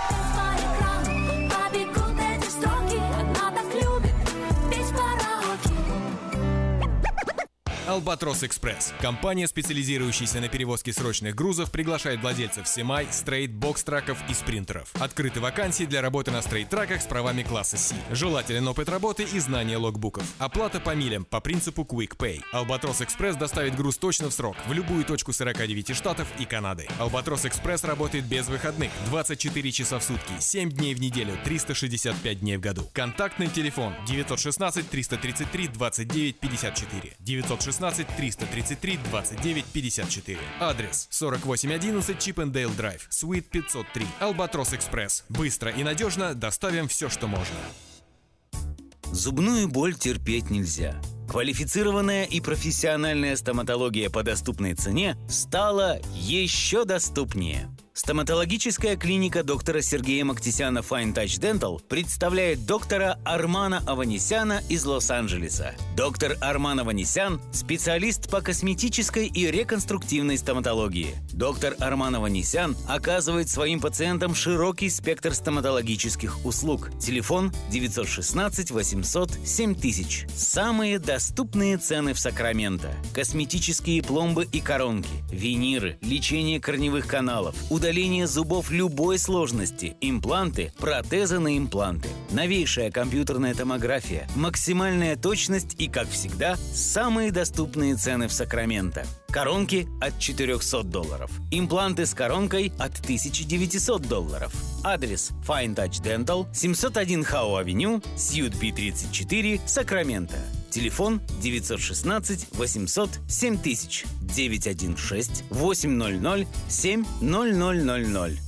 Albatros Express. Компания, специализирующаяся на перевозке срочных грузов, приглашает владельцев семай, стрейт, бокс-траков и спринтеров. Открыты вакансии для работы на стрейт-траках с правами класса C. Желателен опыт работы и знание логбуков. Оплата по милям по принципу Quick Pay. Albatros Express доставит груз точно в срок в любую точку сорока девяти штатов и Канады. Albatros Express работает без выходных, двадцать четыре часа в сутки, семь дней в неделю, триста шестьдесят пять дней в году. Контактный телефон девять один шесть триста тридцать три двадцать девять пятьдесят четыре. девять один шесть триста тридцать три двадцать девять пятьдесят четыре. Адрес сорок восемь одиннадцать Чиппендейл Драйв, Суит пятьсот три. Albatros Express. Быстро и надежно доставим все, что можно. Зубную боль терпеть нельзя. Квалифицированная и профессиональная стоматология по доступной цене стала еще доступнее. Стоматологическая клиника доктора Сергея Мактисяна Fine Touch Dental представляет доктора Армана Аванесяна из Лос-Анджелеса. Доктор Арман Аванесян – специалист по косметической и реконструктивной стоматологии. Доктор Арман Аванесян оказывает своим пациентам широкий спектр стоматологических услуг. Телефон девять один шесть восемьсот семь тысяч. Самые доступные цены в Сакраменто. Косметические пломбы и коронки, виниры, лечение корневых каналов, удаление зубов любой сложности, импланты, протезы на импланты, новейшая компьютерная томография, максимальная точность и, как всегда, самые доступные цены в Сакраменто. Коронки от четырехсот долларов. Импланты с коронкой от тысяча девятьсот долларов. Адрес Fine Touch Dental, семьсот один Хоу Авеню, Сьют Би тридцать четыре, Сакраменто. Телефон девять один шесть восемьсот семь тысяч, девять один шесть восемь ноль ноль семь ноль ноль ноль ноль.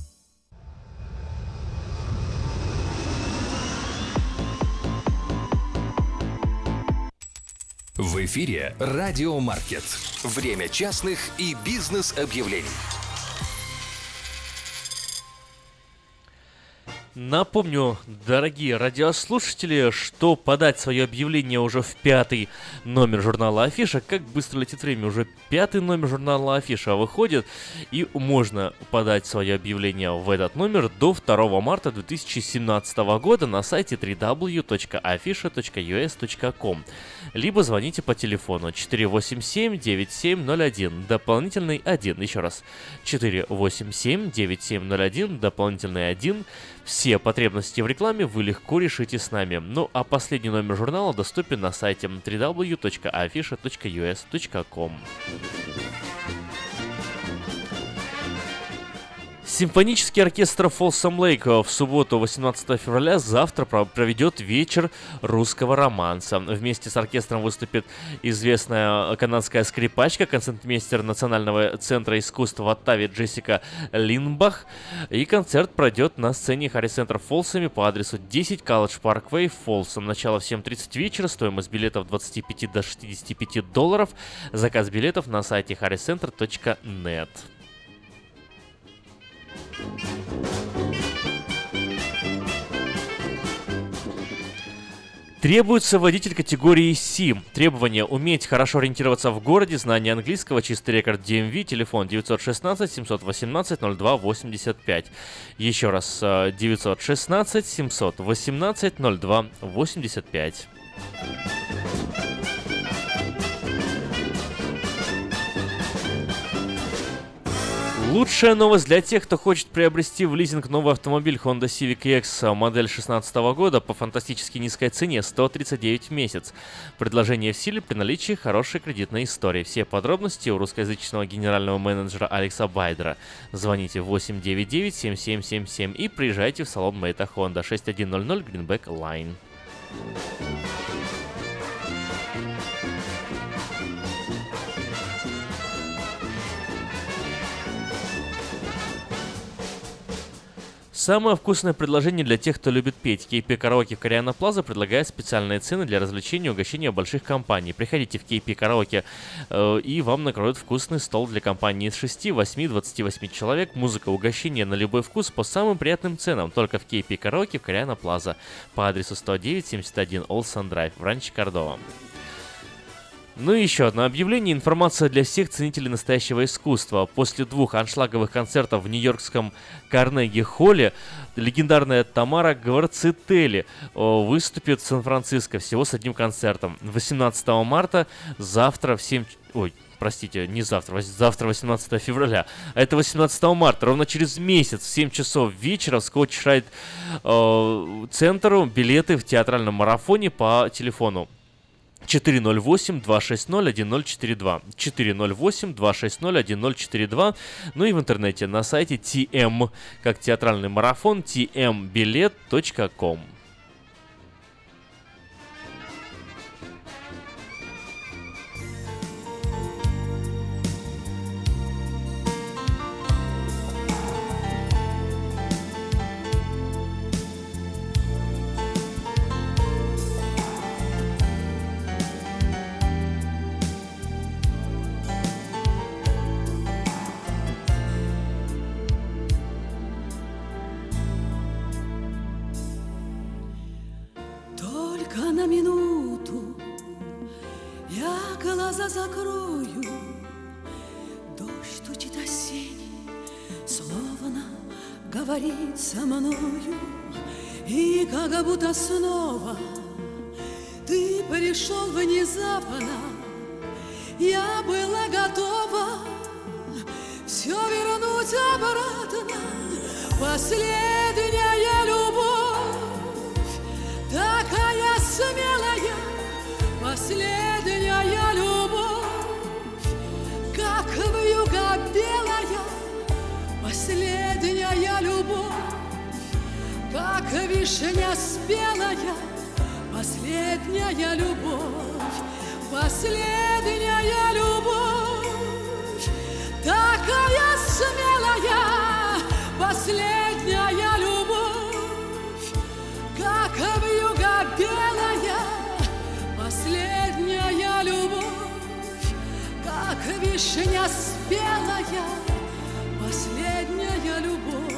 В эфире «Радио Маркет». Время частных и бизнес-объявлений. Напомню, дорогие радиослушатели, что подать свое объявление уже в пятый номер журнала «Афиша». Как быстро летит время, уже пятый номер журнала «Афиша» выходит, и можно подать свое объявление в этот номер до второго марта две тысячи семнадцатого года на сайте дабл ю дабл ю дабл ю точка афиша точка ю эс точка ком, либо звоните по телефону четыре восемь семь девять семь ноль один, дополнительный один. Еще раз, четыре восемь семь девять семь ноль один, дополнительный один. Все потребности в рекламе вы легко решите с нами. Ну а последний номер журнала доступен на сайте дабл ю дабл ю дабл ю точка афиша точка ю эс точка ком. Симфонический оркестр Folsom Lake в субботу, восемнадцатого февраля, завтра проведет вечер русского романса. Вместе с оркестром выступит известная канадская скрипачка, концертмейстер Национального центра искусств в Оттаве Джессика Линбах. И концерт пройдет на сцене Харрис Центр в Фолсоме по адресу десять College Parkway, Фолсом. Начало в семь тридцать вечера, стоимость билетов двадцать пять до шестидесяти пяти долларов. Заказ билетов на сайте харрис центр точка нет. Требуется водитель категории Си. Требования: уметь хорошо ориентироваться в городе, знание английского, чистый рекорд ди эм ви, телефон девять один шесть семь один восемь ноль два восемьдесят пять. Еще раз, девять один шесть семь один восемь ноль два восемьдесят пять. Лучшая новость для тех, кто хочет приобрести в лизинг новый автомобиль Honda Civic и экс модель шестнадцатого года по фантастически низкой цене сто тридцать девять в месяц. Предложение в силе при наличии хорошей кредитной истории. Все подробности у русскоязычного генерального менеджера Алекса Байдера. Звоните восемь девять девять семь семь семь семь и приезжайте в салон Мэйта Honda, шесть тысяч сто Greenback Line. Самое вкусное предложение для тех, кто любит петь. кей пи Караоке в Кориана Плаза предлагает специальные цены для развлечения и угощения больших компаний. Приходите в кей пи Караоке, э, и вам накроют вкусный стол для компании из шести, восьми, двадцати восьми человек. Музыка, угощение на любой вкус по самым приятным ценам. Только в кей пи Караоке в Кориана Плаза по адресу сто девять семьдесят один Олсен Драйв в Ранчо Кордова. Ну и еще одно объявление. Информация для всех ценителей настоящего искусства. После двух аншлаговых концертов в нью-йоркском Карнеги-холле легендарная Тамара Гварцетели выступит в Сан-Франциско всего с одним концертом. восемнадцатого марта, завтра в семь... Ой, простите, не завтра, завтра восемнадцатого февраля, а это восемнадцатого марта, ровно через месяц в семь часов вечера в Скотч-Райт э, центру. Билеты в театральном марафоне по телефону четыре ноль восемь два шесть ноль один ноль четыре два, четыре ноль восемь два шесть ноль один ноль четыре два, ну и в интернете на сайте ти эм, как театральный марафон, ти эм билет точка ком. На минуту я глаза закрою, дождь стучит осенний, словно говорит со мною, и как будто снова ты пришел внезапно. Я была готова все вернуть обратно. Последняя любовь, такая смелая, последняя любовь, как вьюга белая, последняя любовь, как вишня спелая, последняя любовь, последняя любовь, такая смелая, последняя любовь, как вьюга белая, последняя любовь, как вишня спелая, последняя любовь.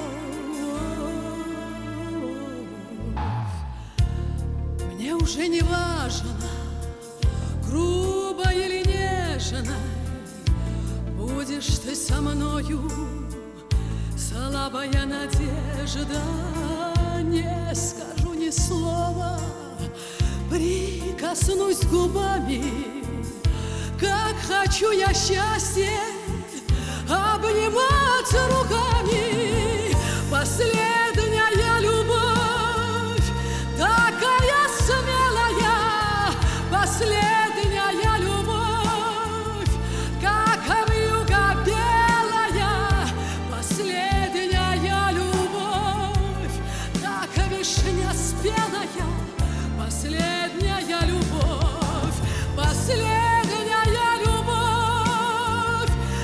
Мне уже не важно, грубо или нежно, будешь ты со мною, слабая надежда. Не скажу ни слова, прикоснусь губами, как хочу я счастье обнимать руками. Последняя любовь, такая смелая, последняя любовь, как вьюга белая, последняя любовь, как вишня спелая, последняя любовь, последняя любовь,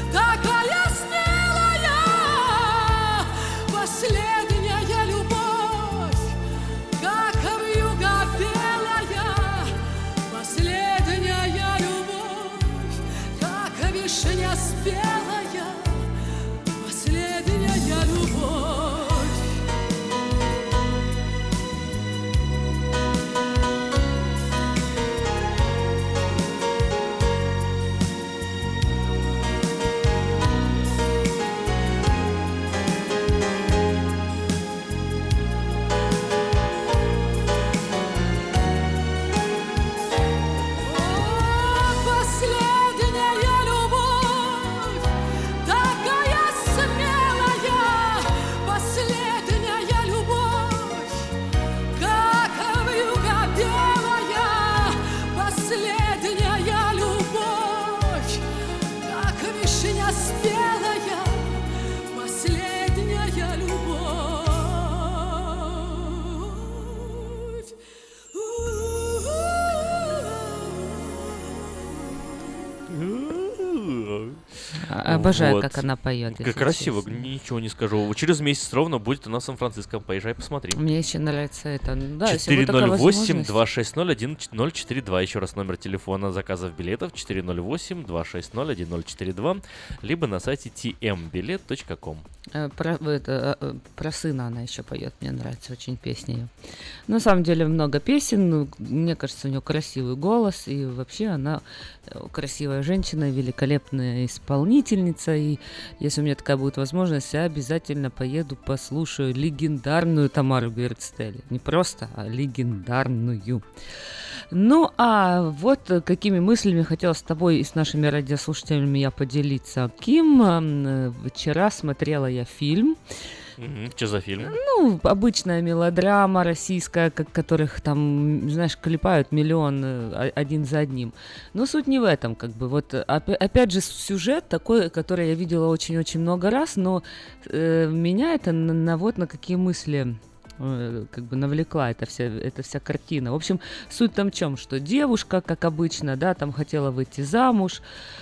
обожаю, Вот. как она поет. Как красиво, ничего не скажу. Через месяц ровно будет у нас в Сан-Франциско. Поезжай, посмотри. Мне еще нравится это. Ну, да, четыре ноль восемь два шесть ноль один ноль четыре два. Еще раз номер телефона заказов билетов четыре ноль восемь два шесть ноль один ноль четыре два, либо на сайте ти эм билет точка ком. Про, это, про сына она еще поет, мне нравится очень песня ее. На самом деле много песен, ну, мне кажется, у нее красивый голос, и вообще она красивая женщина, великолепная исполнительница, и если у меня такая будет возможность, я обязательно поеду послушаю легендарную Тамару Гвердцители. Не просто, а легендарную. Ну, а вот какими мыслями хотела с тобой и с нашими радиослушателями я поделиться. Ким, вчера смотрела я фильм. Mm-hmm. Что за фильм? Ну, обычная мелодрама российская, как, которых там, знаешь, клепают миллион один за одним. Но суть не в этом, как бы. Вот опять же сюжет такой, который я видела очень-очень много раз, но э, меня это на, на вот на какие мысли э, как бы навлекла эта вся, эта вся картина. В общем, суть там в чем, что девушка, как обычно, да, там хотела выйти замуж,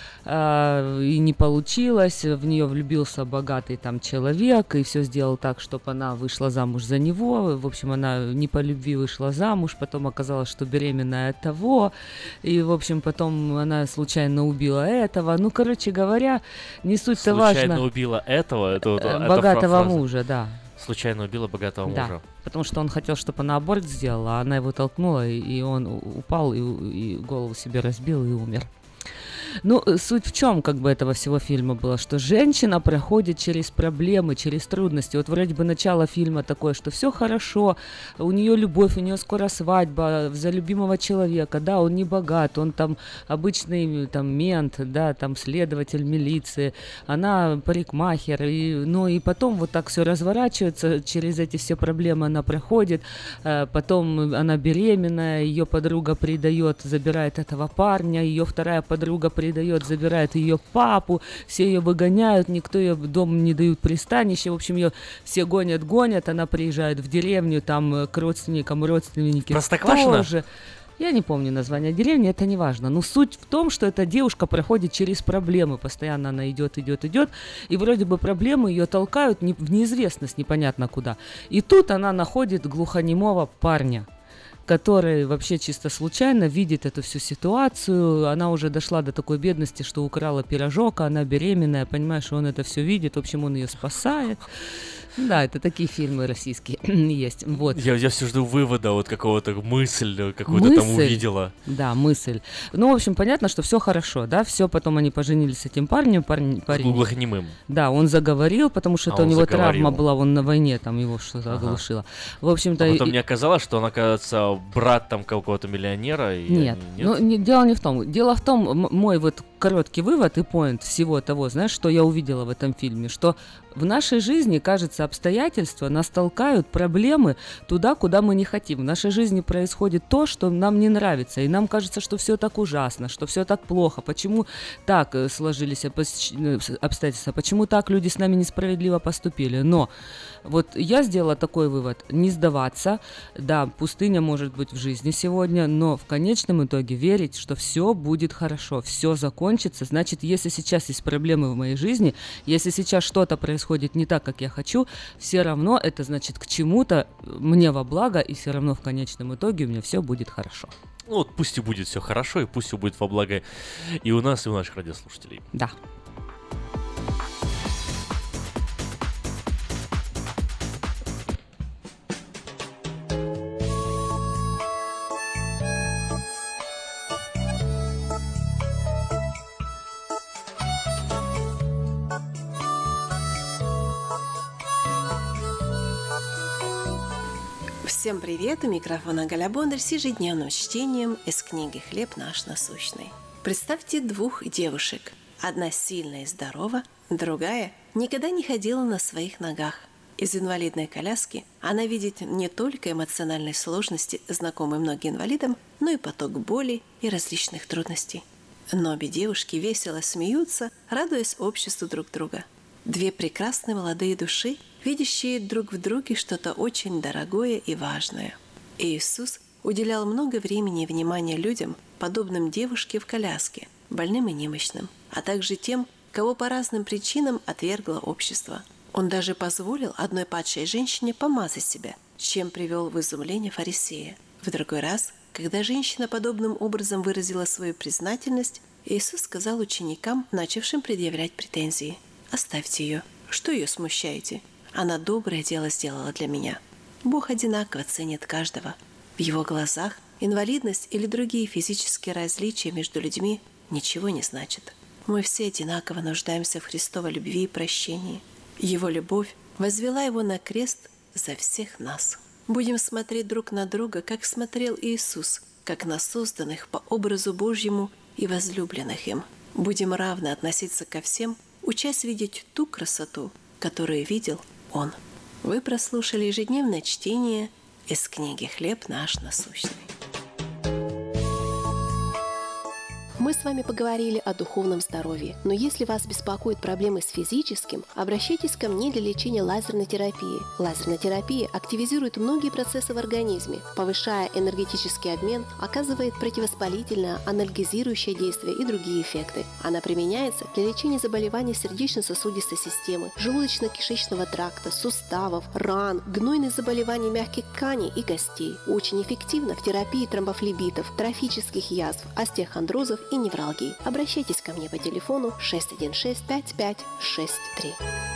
и не получилось, в нее влюбился богатый там человек, и все сделал так, чтобы она вышла замуж за него. В общем, она не по любви вышла замуж, потом оказалось, что беременная от того, и, в общем, потом она случайно убила этого. Ну, короче говоря, не суть-то важно. Случайно убила этого? Это, это, богатого это мужа, да. Случайно убила богатого да, мужа. Потому что он хотел, чтобы она аборт сделала, а она его толкнула, и, и он упал, и, и голову себе разбил, и умер. Ну, суть в чем, как бы, этого всего фильма было, что женщина проходит через проблемы, через трудности. Вот вроде бы начало фильма такое, что все хорошо, у нее любовь, у нее скоро свадьба за любимого человека, да, он не богат, он там обычный там мент, да, там следователь милиции, она парикмахер, и, ну и потом вот так все разворачивается, через эти все проблемы она проходит, потом она беременная, ее подруга предает, забирает этого парня, ее вторая подруга предает, предает, забирает ее папу, все ее выгоняют, никто ее в дом не дают пристанище, в общем, ее все гонят-гонят, она приезжает в деревню, там к родственникам, родственники Простоквашино? тоже. Я не помню название деревни, это не важно, но суть в том, что эта девушка проходит через проблемы, постоянно она идет, идет, идет, и вроде бы проблемы ее толкают не, в неизвестность, непонятно куда. И тут она находит глухонемого парня, который вообще чисто случайно видит эту всю ситуацию. Она уже дошла до такой бедности, что украла пирожок, а она беременная, понимаешь, он это все видит, в общем, он ее спасает. Да, это такие фильмы российские есть. Вот. Я, я все жду вывода, вот какого-то мысль, какую-то мысль, там увидела. Да, мысль. Ну, в общем, понятно, что все хорошо, да, все, потом они поженились с этим парнем, парень, парень. Глухонемым. Да, он заговорил, потому что а это у него заговорил. травма была, он на войне, там его что-то ага. оглушило. В общем-то. А потом и... мне оказалось, что он, оказывается, брат там какого-то миллионера. И... Нет, Нет? Ну, не, дело не в том. Дело в том, м- мой вот короткий вывод и поинт всего того, знаешь, что я увидела в этом фильме, что в нашей жизни, кажется, обстоятельства нас толкают, проблемы туда, куда мы не хотим. В нашей жизни происходит то, что нам не нравится, и нам кажется, что все так ужасно, что все так плохо. Почему так сложились обстоятельства, почему так люди с нами несправедливо поступили. Но вот я сделала такой вывод: не сдаваться. Да, пустыня может быть в жизни сегодня, но в конечном итоге верить, что все будет хорошо, все закончится. Значит, если сейчас есть проблемы в моей жизни, если сейчас что-то происходит не так, как я хочу, все равно это значит к чему-то мне во благо, и все равно в конечном итоге у меня все будет хорошо. Ну вот пусть и будет все хорошо, и пусть все будет во благо и у нас, и у наших радиослушателей. Да. Всем привет! У микрофона Галя Бондарь с ежедневным чтением из книги «Хлеб наш насущный». Представьте двух девушек. Одна сильная и здорова, другая никогда не ходила на своих ногах. Из инвалидной коляски она видит не только эмоциональные сложности, знакомые многим инвалидам, но и поток боли и различных трудностей. Но обе девушки весело смеются, радуясь обществу друг друга. Две прекрасные молодые души, видящие друг в друге что-то очень дорогое и важное. И Иисус уделял много времени и внимания людям, подобным девушке в коляске, больным и немощным, а также тем, кого по разным причинам отвергло общество. Он даже позволил одной падшей женщине помазать себя, чем привел в изумление фарисея. В другой раз, когда женщина подобным образом выразила свою признательность, Иисус сказал ученикам, начавшим предъявлять претензии: «Оставьте ее. Что ее смущаете? Она доброе дело сделала для меня». Бог одинаково ценит каждого. В Его глазах инвалидность или другие физические различия между людьми ничего не значат. Мы все одинаково нуждаемся в Христовой любви и прощении. Его любовь возвела Его на крест за всех нас. Будем смотреть друг на друга, как смотрел Иисус, как на созданных по образу Божьему и возлюбленных им. Будем равно относиться ко всем, учась видеть ту красоту, которую видел Он. Вы прослушали ежедневное чтение из книги «Хлеб наш насущный». Мы с вами поговорили о духовном здоровье, но если вас беспокоят проблемы с физическим, обращайтесь ко мне для лечения лазерной терапии. Лазерная терапия активизирует многие процессы в организме, повышая энергетический обмен, оказывает противовоспалительное, анальгезирующее действие и другие эффекты. Она применяется для лечения заболеваний сердечно-сосудистой системы, желудочно-кишечного тракта, суставов, ран, гнойных заболеваний мягких тканей и костей. Очень эффективно в терапии тромбофлебитов, трофических язв, остеохондрозов и невралгии. Обращайтесь ко мне по телефону шесть один шесть пять пять шесть три.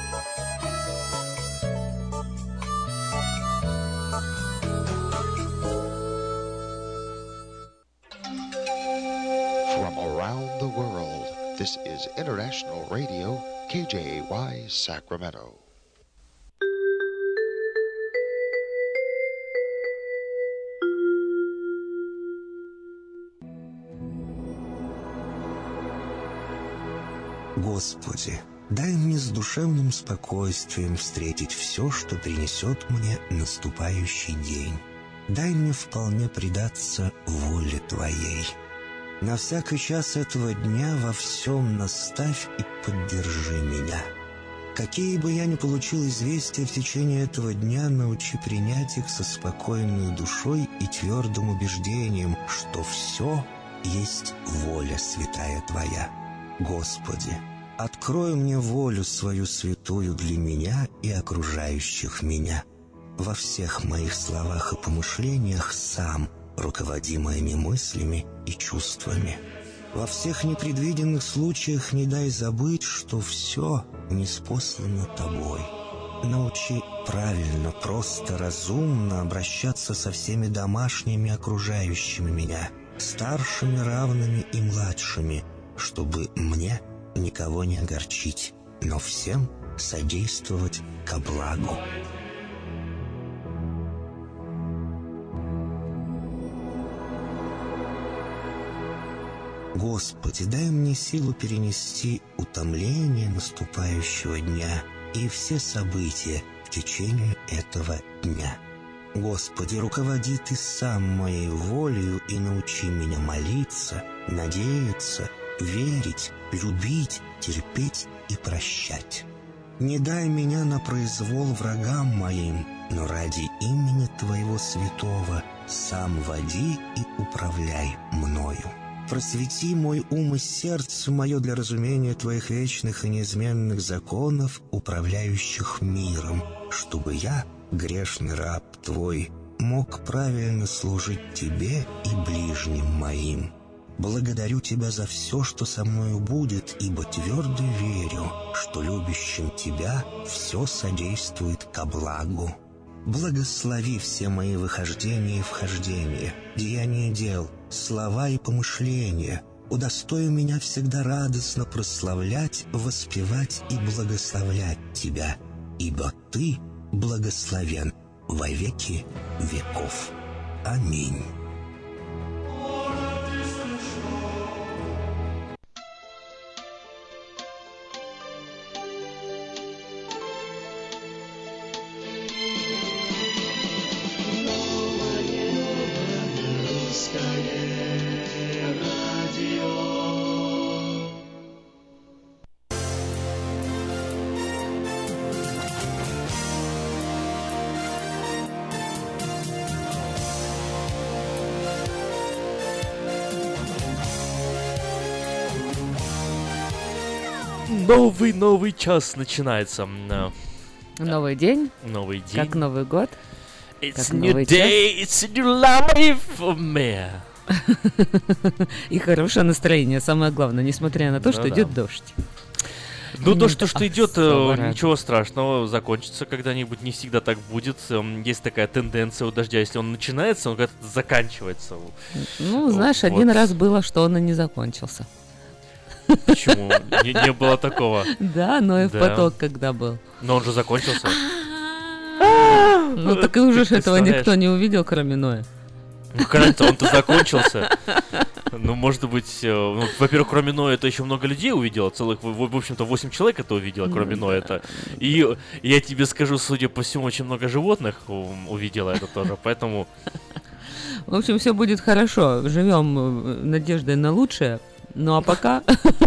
From around the world, this is International Radio, K J A Y, Sacramento. Господи, дай мне с душевным спокойствием встретить все, что принесет мне наступающий день. Дай мне вполне предаться воле Твоей. На всякий час этого дня во всем наставь и поддержи меня. Какие бы я ни получил известия в течение этого дня, научи принять их со спокойной душой и твердым убеждением, что все есть воля святая Твоя. Господи, открой мне волю свою святую для меня и окружающих меня. Во всех моих словах и помышлениях сам руководи моими мыслями и чувствами. Во всех непредвиденных случаях не дай забыть, что все ниспослано Тобой. Научи правильно, просто, разумно обращаться со всеми домашними окружающими меня, старшими, равными и младшими, чтобы мне никого не огорчить, но всем содействовать ко благу. Господи, дай мне силу перенести утомление наступающего дня и все события в течение этого дня. Господи, руководи Ты сам моей волею и научи меня молиться, надеяться, верить, любить, терпеть и прощать. Не дай меня на произвол врагам моим, но ради имени Твоего святого сам води и управляй мною. Просвети мой ум и сердце мое для разумения Твоих вечных и неизменных законов, управляющих миром, чтобы я, грешный раб Твой, мог правильно служить Тебе и ближним моим. Благодарю Тебя за все, что со мною будет, ибо твердо верю, что любящим Тебя все содействует ко благу. Благослови все мои выхождения и вхождения, деяния дел, слова и помышления. Удостой меня всегда радостно прославлять, воспевать и благословлять Тебя, ибо Ты благословен во веки веков. Аминь. новый, новый час начинается. Новый день. Новый день. Как Новый год. It's как a new новый day, час. it's a new life for me. И хорошее настроение, самое главное, несмотря на то, Ну что да. идет дождь. Ну, то, Нет что, что идет, особо э, рада. ничего страшного, закончится когда-нибудь, не всегда так будет. Эм, Есть такая тенденция у дождя, если он начинается, он как-то заканчивается. Ну, знаешь, Вот. один раз было, что он и не закончился. Почему? Не, не было такого. Да, но и в Да. поток когда был. Но он же закончился. Ну, так и уже ж Ты этого представляешь? никто не увидел, кроме Ноя. Ну, кажется, он-то закончился. Ну, может быть, э, ну, во-первых, кроме Ноя это еще много людей увидело, целых, в, в общем-то, восемь человек это увидело, кроме Ну, Ноя это. И я тебе скажу, судя по всему, очень много животных ум, увидело это тоже, поэтому... В общем, все будет хорошо. Живем э, надеждой на лучшее. Ну а пока...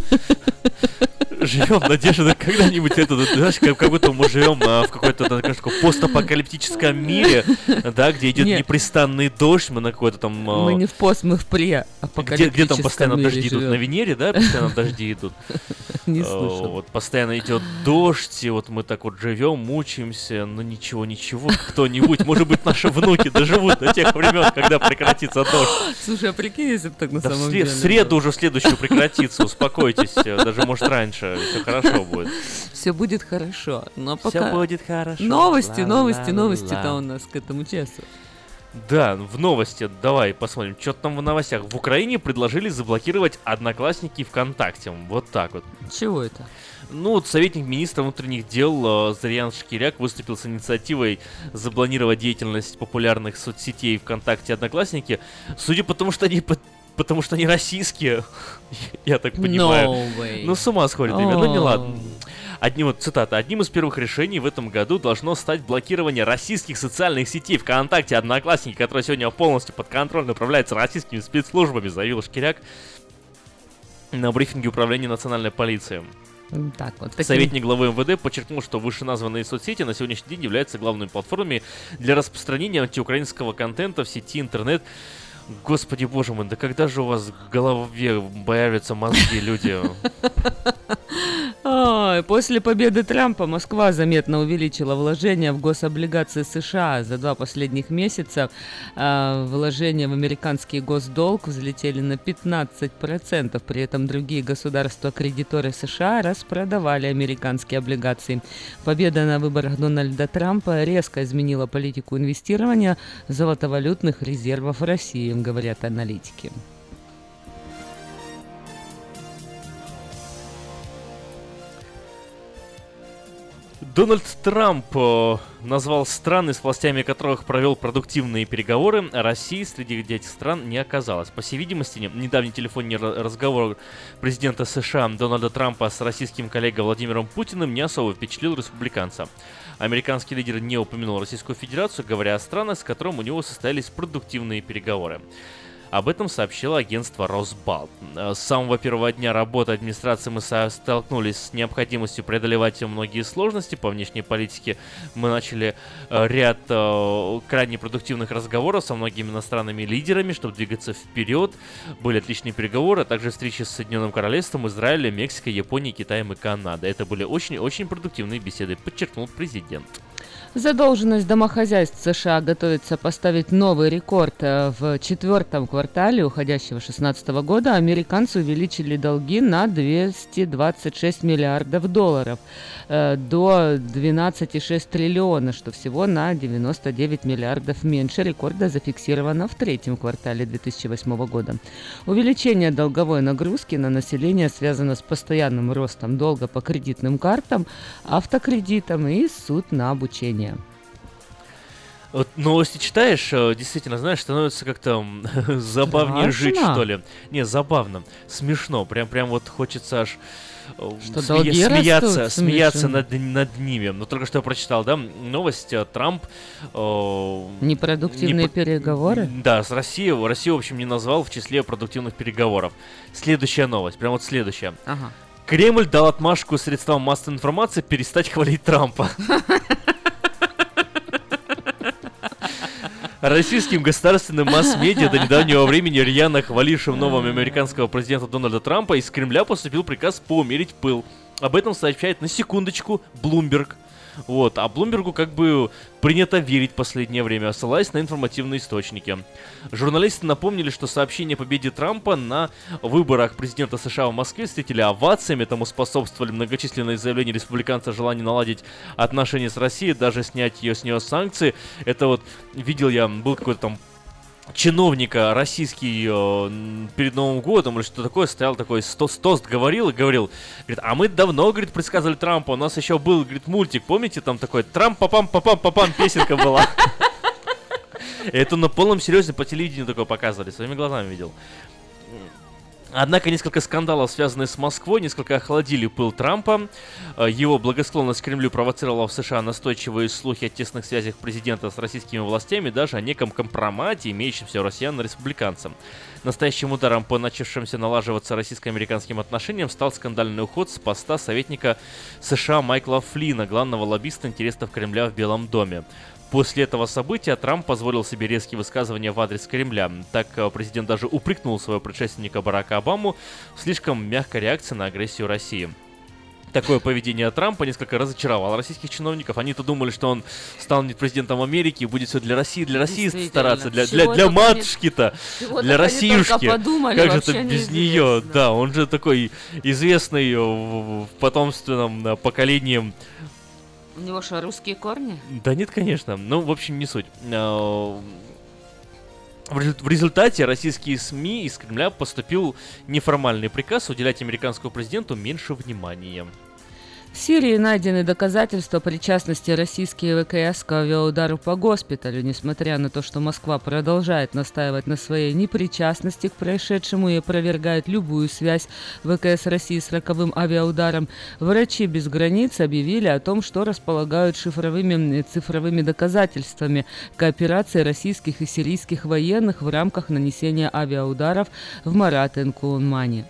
Живем в надежде, на когда-нибудь это, ты знаешь, как, как будто мы живем а, в какой-то, да, конечно, таком постапокалиптическом мире, да, где идет Нет. непрестанный дождь, мы на какой-то там... а, Мы не в пост, мы в пре. Где, где там постоянно дожди идут? На Венере, да, постоянно дожди идут? Не Э, слышал. Вот постоянно идет дождь, и вот мы так вот живем, мучаемся, но ничего, ничего, кто-нибудь, может быть, наши внуки доживут до тех времен, когда прекратится дождь. Слушай, а прикинь, если бы так на Да в, самом сред- деле. в среду уже в следующую прекратится, успокойтесь, э, даже может раньше, все хорошо будет. Все будет хорошо. Но Всё пока... будет хорошо. Новости, Ла-ла-ла-ла. новости, новости-то у нас к этому часу. Да, в новости, давай посмотрим, что там в новостях. В Украине предложили заблокировать Одноклассники и ВКонтакте. Вот так вот. Чего это? Ну, вот советник министра внутренних дел э, Зарян Шкиряк выступил с инициативой заблокировать деятельность популярных соцсетей ВКонтакте и Одноклассники. Судя по тому, что они... по- Потому что они российские, я так понимаю. No way. Ну, с ума сходят, ребят, ну не Oh. ладно. Одним, вот, цитата, одним из первых решений в этом году должно стать блокирование российских социальных сетей ВКонтакте и Одноклассники, которые сегодня полностью под контроль управляются российскими спецслужбами, заявил Шкиряк на брифинге управления национальной полиции. Так вот. таким- Советник главы эм вэ дэ подчеркнул, что вышеназванные соцсети на сегодняшний день являются главными платформами для распространения антиукраинского контента в сети интернет. Господи боже мой, да когда же у вас в голове появятся мозги, люди? Ой, после победы Трампа Москва заметно увеличила вложения в гособлигации США. За два последних месяца э, вложения в американский госдолг взлетели на пятнадцать процентов. При этом другие государства-кредиторы США распродавали американские облигации. Победа на выборах Дональда Трампа резко изменила политику инвестирования золотовалютных резервов России, говорят аналитики. Дональд Трамп э, назвал страны, с властями которых провел продуктивные переговоры, а России среди этих стран не оказалось. По всей видимости, не- недавний телефонный ра- разговор президента США Дональда Трампа с российским коллегой Владимиром Путиным не особо впечатлил республиканца. Американский лидер не упомянул Российскую Федерацию, говоря о странах, с которыми у него состоялись продуктивные переговоры. Об этом сообщило агентство Росбалт. С самого первого дня работы администрации мы со- столкнулись с необходимостью преодолевать многие сложности по внешней политике. Мы начали э, ряд э, крайне продуктивных разговоров со многими иностранными лидерами, чтобы двигаться вперед. Были отличные переговоры, а также встречи с Соединенным Королевством, Израилем, Мексикой, Японией, Китаем и Канадой. Это были очень-очень продуктивные беседы, подчеркнул президент. Задолженность домохозяйств США готовится поставить новый рекорд. Э, В четвертом квартале уходящего две тысячи шестнадцатого года американцы увеличили долги на двести двадцать шесть миллиардов долларов э, до двенадцать целых шесть десятых триллиона, что всего на девяносто девять миллиардов меньше рекорда зафиксировано в третьем квартале две тысячи восьмого года. Увеличение долговой нагрузки на население связано с постоянным ростом долга по кредитным картам, автокредитам и суд на обучение. Вот новости читаешь, э, действительно, знаешь, становится как-то м, забавнее жить, Страшно. что ли. Не, забавно, смешно, прям, прям вот хочется аж э, Что смея- долги смеяться, растут, смеяться смешно. над, над ними. Но только что я прочитал, да, новость, э, Трамп... э, Непродуктивные не по- переговоры? Да, с Россией, Россию, в общем, не назвал в числе продуктивных переговоров. Следующая новость, прям вот следующая. Ага. Кремль дал отмашку средствам массовой информации перестать хвалить Трампа. Российским государственным масс-медиа до недавнего времени рьяно хвалившим нового американского президента Дональда Трампа из Кремля поступил приказ поумерить пыл. Об этом сообщает на секундочку Bloomberg. Вот, а Блумбергу как бы принято верить в последнее время, ссылаясь на информативные источники. Журналисты напомнили, что сообщение о победе Трампа на выборах президента США в Москве встретили овациями, этому способствовали многочисленные заявления республиканцев о желании наладить отношения с Россией, даже снять ее с нее санкции. Это вот, видел я, был какой-то там чиновника российский э, перед Новым годом или что такое, стоял такой, тост, тост говорил и говорил, говорит, а мы давно, говорит, предсказывали Трампа, у нас еще был, говорит, мультик, помните, там такой Трамп-папам-папам-папам песенка была. Это на полном серьезе по телевидению такое показывали, своими глазами видел. Однако несколько скандалов, связанных с Москвой, несколько охладили пыл Трампа. Его благосклонность к Кремлю провоцировала в США настойчивые слухи о тесных связях президента с российскими властями, даже о неком компромате, имеющемся у россиян на республиканцам. Настоящим ударом по начавшимся налаживаться российско-американским отношениям стал скандальный уход с поста советника США Майкла Флина, главного лоббиста интересов Кремля в Белом доме. После этого события Трамп позволил себе резкие высказывания в адрес Кремля. Так президент даже упрекнул своего предшественника Барака Обаму в слишком мягкой реакции на агрессию России. Такое поведение Трампа несколько разочаровало российских чиновников. Они-то думали, что он станет президентом Америки и будет все для России, для России стараться, для, для, для матушки-то, для Россиюшки. Подумали, как же это без нее? Да, он же такой известный в потомственном поколении. У него что, русские корни? Да нет, конечно. Ну, в общем, не суть. В результате российские СМИ из Кремля поступил неформальный приказ уделять американскому президенту меньше внимания. В Сирии найдены доказательства причастности российских ВКС к авиаудару по госпиталю, несмотря на то, что Москва продолжает настаивать на своей непричастности к происшедшему и опровергает любую связь ВКС России с роковым авиаударом. Врачи без границ объявили о том, что располагают шифровыми цифровыми доказательствами кооперации российских и сирийских военных в рамках нанесения авиаударов в Марат-эн-Кунмане.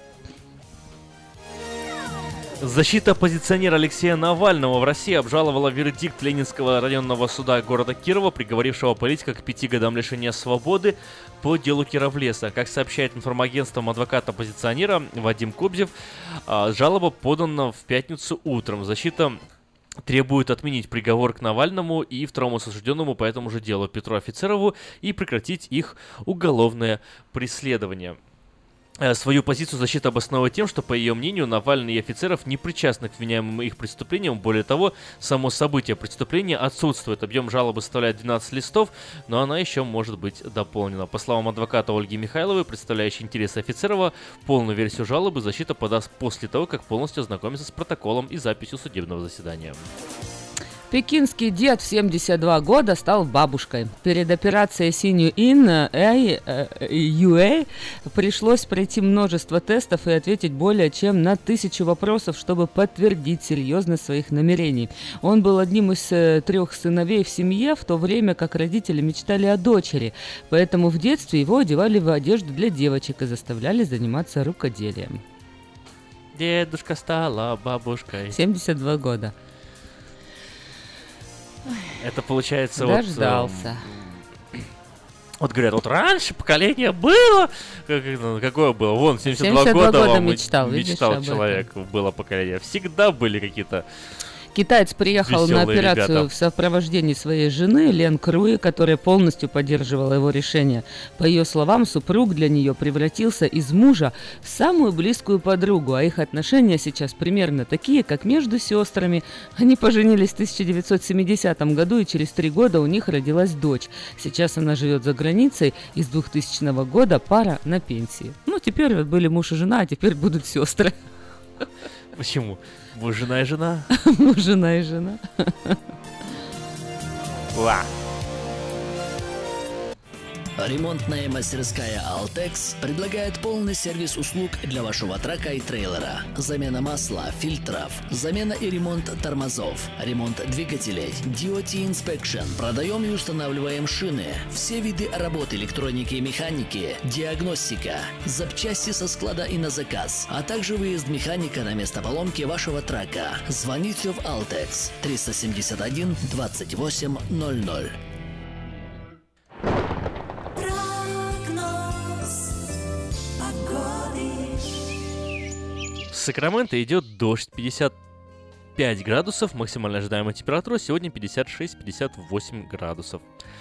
Защита оппозиционера Алексея Навального в России обжаловала вердикт Ленинского районного суда города Кирова, приговорившего политика к пяти годам лишения свободы по делу Кировлеса. Как сообщает информагентством адвокат оппозиционера Вадим Кобзев, жалоба подана в пятницу утром. Защита требует отменить приговор к Навальному и второму осужденному по этому же делу Петру Офицерову и прекратить их уголовное преследование. Свою позицию защита обосновывает тем, что, по ее мнению, Навальный и Офицеров не причастны к вменяемым их преступлениям. Более того, само событие преступления отсутствует. Объем жалобы составляет двенадцать листов, но она еще может быть дополнена. По словам адвоката Ольги Михайловой, представляющей интересы Офицерова, полную версию жалобы защита подаст после того, как полностью ознакомится с протоколом и записью судебного заседания. Пекинский дед в семьдесят два года стал бабушкой. Перед операцией Синью Ин Юэй пришлось пройти множество тестов и ответить более чем на тысячу вопросов, чтобы подтвердить серьезность своих намерений. Он был одним из э, трех сыновей в семье, в то время как родители мечтали о дочери. Поэтому в детстве его одевали в одежду для девочек и заставляли заниматься рукоделием. Дедушка стала бабушкой. семьдесят два года. Это получается Дождался. вот... Вот говорят, вот раньше поколение было... Как, какое было? Вон, семьдесят два года, года вам мечтал, мечтал видишь, человек, было поколение. Всегда были какие-то... Китаец приехал Веселые на операцию ребята. в сопровождении своей жены Лен Круи, которая полностью поддерживала его решение. По ее словам, супруг для нее превратился из мужа в самую близкую подругу, а их отношения сейчас примерно такие, как между сестрами. Они поженились в тысяча девятьсот семидесятом году, и через три года у них родилась дочь. Сейчас она живет за границей, и с двухтысячного года пара на пенсии. Ну, теперь вот были муж и жена, а теперь будут сестры. Почему? Муж, жена и жена? Муж, жена и жена. Ва. Ремонтная мастерская «Алтекс» предлагает полный сервис услуг для вашего трака и трейлера. Замена масла, фильтров, замена и ремонт тормозов, ремонт двигателей, ди о ти Inspection. Продаем и устанавливаем шины, все виды работ электроники и механики, диагностика, запчасти со склада и на заказ, а также выезд механика на место поломки вашего трака. Звоните в «Алтекс» триста семьдесят один двадцать восемь ноль ноль. Сакраменто идет дождь, пятьдесят пять градусов, максимально ожидаемая температура сегодня пятьдесят шесть - пятьдесят восемь градусов.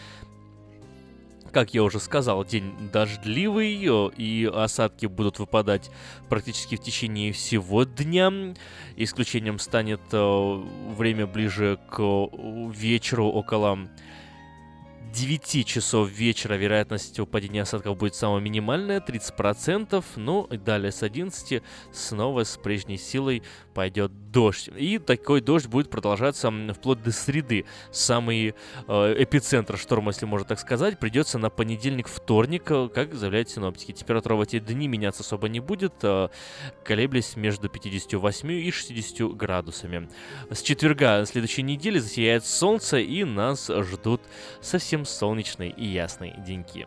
Как я уже сказал, день дождливый, и осадки будут выпадать практически в течение всего дня. Исключением станет время ближе к вечеру, около девяти часов вечера. Вероятность выпадения осадков будет самая минимальная, тридцать процентов. Ну и далее с одиннадцати снова с прежней силой пойдет дождь. И такой дождь будет продолжаться вплоть до среды. Самый э, эпицентр шторма, если можно так сказать, придется на понедельник-вторник, как заявляют синоптики. Температура в эти дни меняться особо не будет, э, колеблясь между пятьюдесятью восьмью и шестьюдесятью градусами. С четверга следующей недели засияет солнце, и нас ждут совсем солнечные и ясные деньки.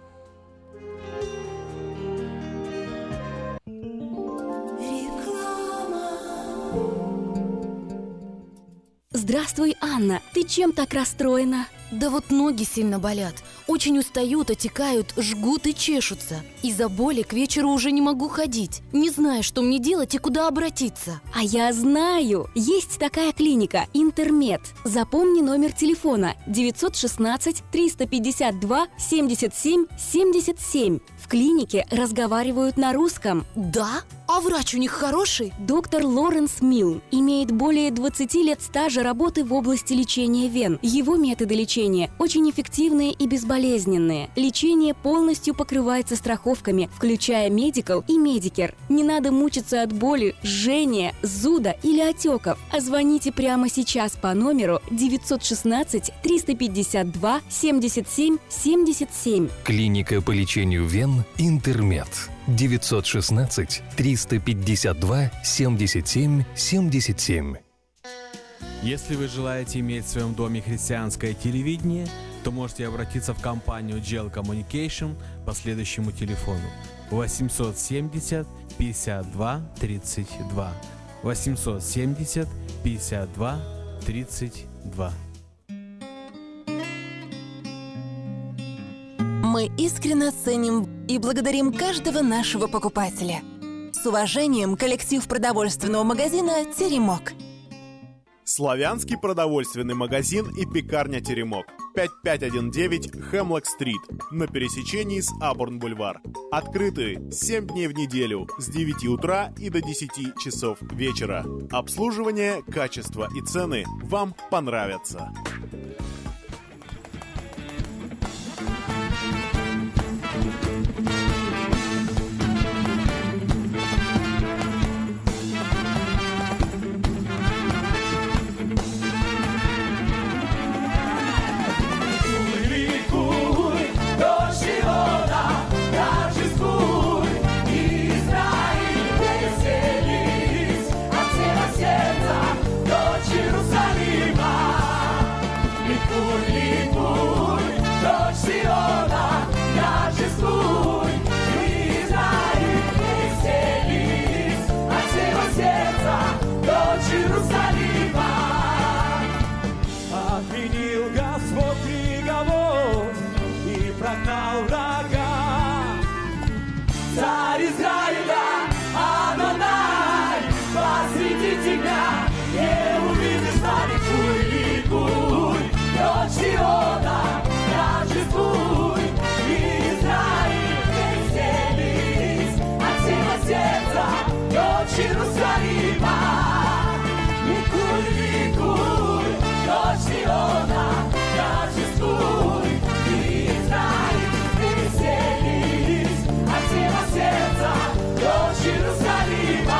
Здравствуй, Анна. Ты чем так расстроена? Да вот ноги сильно болят. Очень устают, отекают, жгут и чешутся. Из-за боли к вечеру уже не могу ходить. Не знаю, что мне делать и куда обратиться. А я знаю! Есть такая клиника «Интермед». Запомни номер телефона девятьсот шестнадцать триста пятьдесят два семьдесят семь семьдесят семь. В клинике разговаривают на русском. Да? А врач у них хороший? Доктор Лоренс Милн имеет более двадцати лет стажа работы в области лечения вен. Его методы лечения очень эффективные и безболезненные. Лечение полностью покрывается страховками, включая Medical и Medicare. Не надо мучиться от боли, жжения, зуда или отеков. А звоните прямо сейчас по номеру девятьсот шестнадцать триста пятьдесят два семьдесят семь семьдесят семь. Клиника по лечению вен «Интермед». девятьсот шестнадцать триста пятьдесят два семьдесят семь семьдесят семь. Если вы желаете иметь в своем доме христианское телевидение, то можете обратиться в компанию джей эл Communication по следующему телефону восемьсот семьдесят пятьдесят два тридцать два. восемьсот семьдесят пятьдесят два тридцать два. Мы искренне ценим и благодарим каждого нашего покупателя. С уважением, коллектив продовольственного магазина «Теремок». Славянский продовольственный магазин и пекарня «Теремок». пять пять один девять Хемлок-стрит на пересечении с Абурн-бульвар. Открыты семь дней в неделю с девяти утра и до десяти часов вечера. Обслуживание, качество и цены вам понравятся. Отменил Господь приговор и прогнал врага. Царь Израиля, Адонай, посреди тебя не увидишь владыку. Ликуй, дочь Сиона, торжествуй, Израиль, веселись от всего сердца, дочь Иерусалима. Ликуй, ликуй, дочь Сиона, торжествуй, Израиль, веселись от всего сердца, дочь Иерусалима.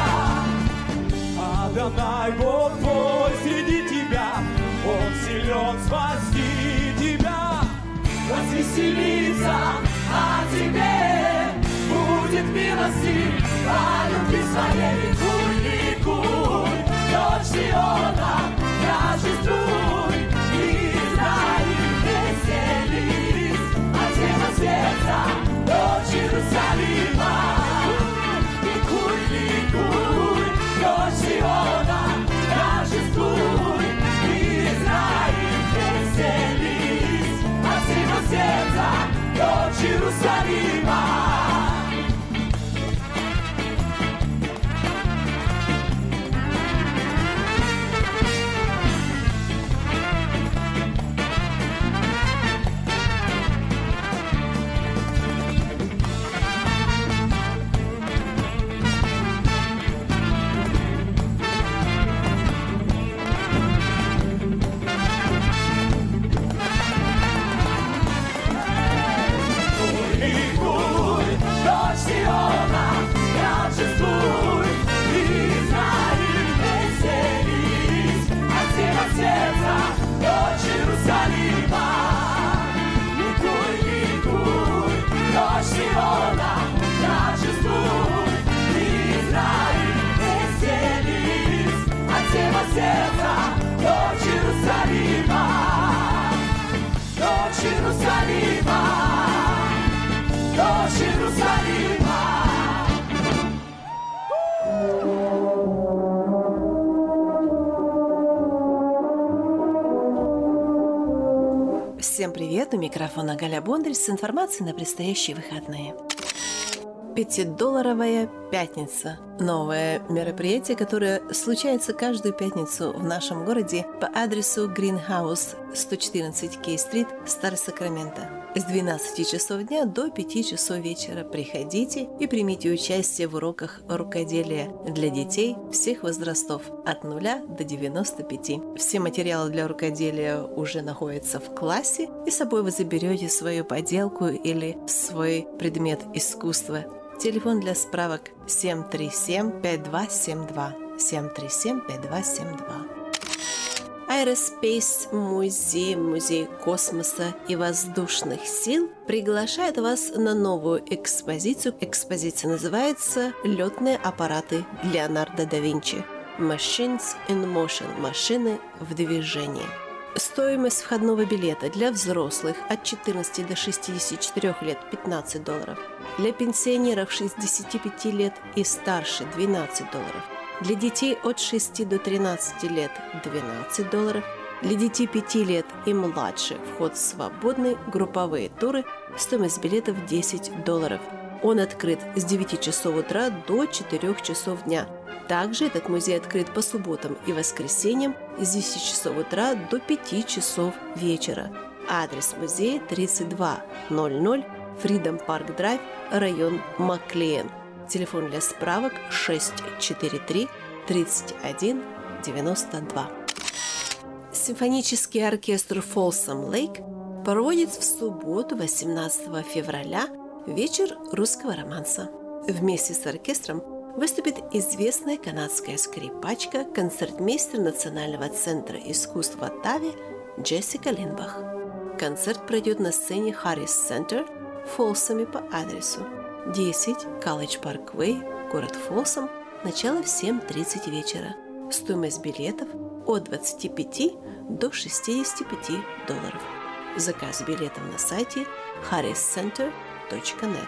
Адонай, Бог твой, среди тебя, Он силен спасти тебя. Возвеселится о тебе, будет милости по любви своей. Ликуй, ликуй, дочь Сиона, торжествуй, Израиль, веселись от всего сердца, дочь Иерусалима. Ликуй, ликуй, дочь Сиона, торжествуй, Израиль, веселись от всего сердца, дочь Иерусалима. Всем привет! У микрофона Галя Бондарь с информацией на предстоящие выходные. Пятидолларовая пятница. Новое мероприятие, которое случается каждую пятницу в нашем городе по адресу Greenhouse сто четырнадцать Кей-стрит, Старый Сакраменто. С двенадцати часов дня до пяти часов вечера приходите и примите участие в уроках рукоделия для детей всех возрастов от нуля до девяноста пяти. Все материалы для рукоделия уже находятся в классе, и с собой вы заберете свою поделку или свой предмет искусства. Телефон для справок семь три семь пять два семь два. семь три семь пять два семь два. Aerospace музей, музей космоса и воздушных сил приглашает вас на новую экспозицию. Экспозиция называется «Летные аппараты Леонардо да Винчи». Machines in Motion – машины в движении. Стоимость входного билета для взрослых от четырнадцати до шестидесяти четырёх лет – пятнадцать долларов. Для пенсионеров шестидесяти пяти лет и старше – двенадцать долларов. Для детей от шести до тринадцати лет – двенадцать долларов. Для детей пяти лет и младше вход свободный, групповые туры, стоимость билетов десять долларов. Он открыт с девяти часов утра до четырёх часов дня. Также этот музей открыт по субботам и воскресеньям с десяти часов утра до пяти часов вечера. Адрес музея тридцать два ноль ноль Freedom Park Drive, район Маклеен. Телефон для справок шесть четыре три тридцать один девяносто два. Симфонический оркестр Folsom Lake проводит в субботу, восемнадцатого февраля, вечер русского романса. Вместе с оркестром выступит известная канадская скрипачка, концертмейстер Национального центра искусства Тави Джессика Линбах. Концерт пройдет на сцене Харрис Центр в Фолсоме по адресу десять College Parkway, город Фолсом, начало в семь тридцать вечера. Стоимость билетов от двадцати пяти до шестидесяти пяти долларов. Заказ билетов на сайте харрис центр точка нет.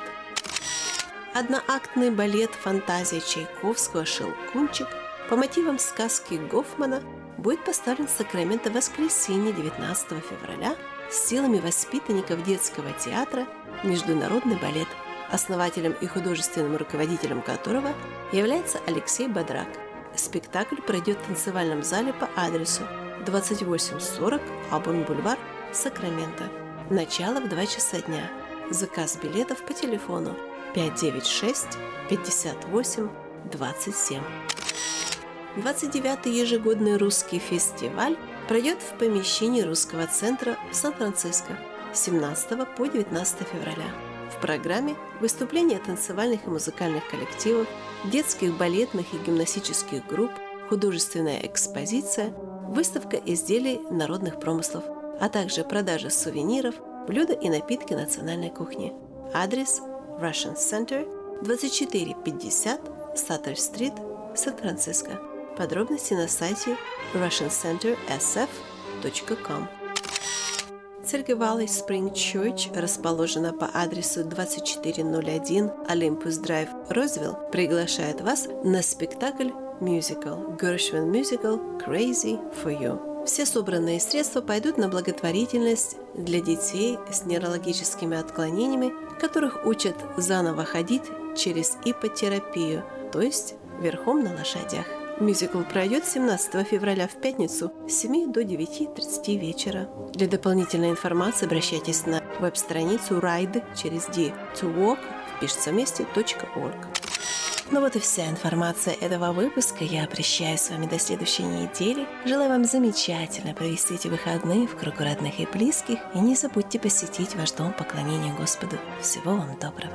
Одноактный балет «Фантазия» Чайковского «Щелкунчик» по мотивам сказки Гофмана будет поставлен в Сакраменто в воскресенье девятнадцатого февраля с силами воспитанников детского театра «Международный балет», основателем и художественным руководителем которого является Алексей Бодрак. Спектакль пройдет в танцевальном зале по адресу двадцать восемь сорок Абурн-бульвар, Сакраменто. Начало в два часа дня. Заказ билетов по телефону пять девять шесть пятьдесят восемь двадцать семь. двадцать девятый ежегодный русский фестиваль пройдет в помещении Русского центра в Сан-Франциско с семнадцатого по девятнадцатое февраля. В программе выступления танцевальных и музыкальных коллективов, детских балетных и гимнастических групп, художественная экспозиция, выставка изделий народных промыслов, а также продажа сувениров, блюда и напитки национальной кухни. Адрес Russian Center, двадцать четыре пятьдесят Саттер-стрит, Сан-Франциско. Подробности на сайте russian center s f точка com. Церковь Valley Spring Church расположена по адресу двадцать четыре ноль один Olympus Drive, Розвилл, приглашает вас на спектакль Musical Gershwin Musical Crazy for You. Все собранные средства пойдут на благотворительность для детей с нейрологическими отклонениями, которых учат заново ходить через ипотерапию, то есть верхом на лошадях. Мюзикл пройдет семнадцатого февраля в пятницу с семи до девяти тридцати вечера. Для дополнительной информации обращайтесь на веб-страницу ride через d to walk пишется вместе .org. Ну вот и вся информация этого выпуска. Я прощаюсь с вами до следующей недели. Желаю вам замечательно провести эти выходные в кругу родных и близких. И не забудьте посетить ваш дом поклонения Господу. Всего вам доброго.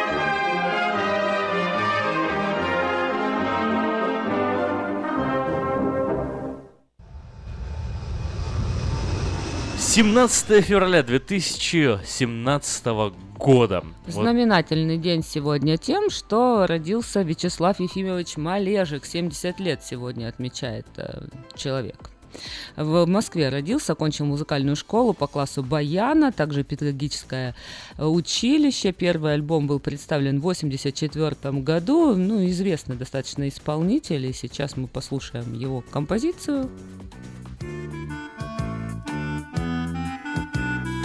семнадцатое февраля две тысячи семнадцатого года. Знаменательный вот. День сегодня тем, что родился Вячеслав Ефимович Малежик. семьдесят лет сегодня отмечает э, человек. В Москве родился, окончил музыкальную школу по классу баяна, также педагогическое училище. Первый альбом был представлен в восемьдесят четвёртом году. Ну, известный достаточно исполнитель, и сейчас мы послушаем его композицию.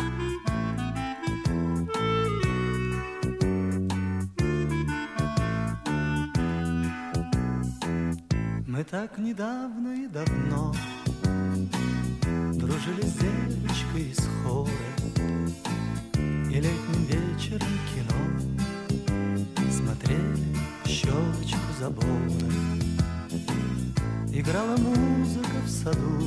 Мы так недавно и давно дружили с девочкой из хора, и летним вечером кино смотрели в щелочку забора. Играла музыка в саду,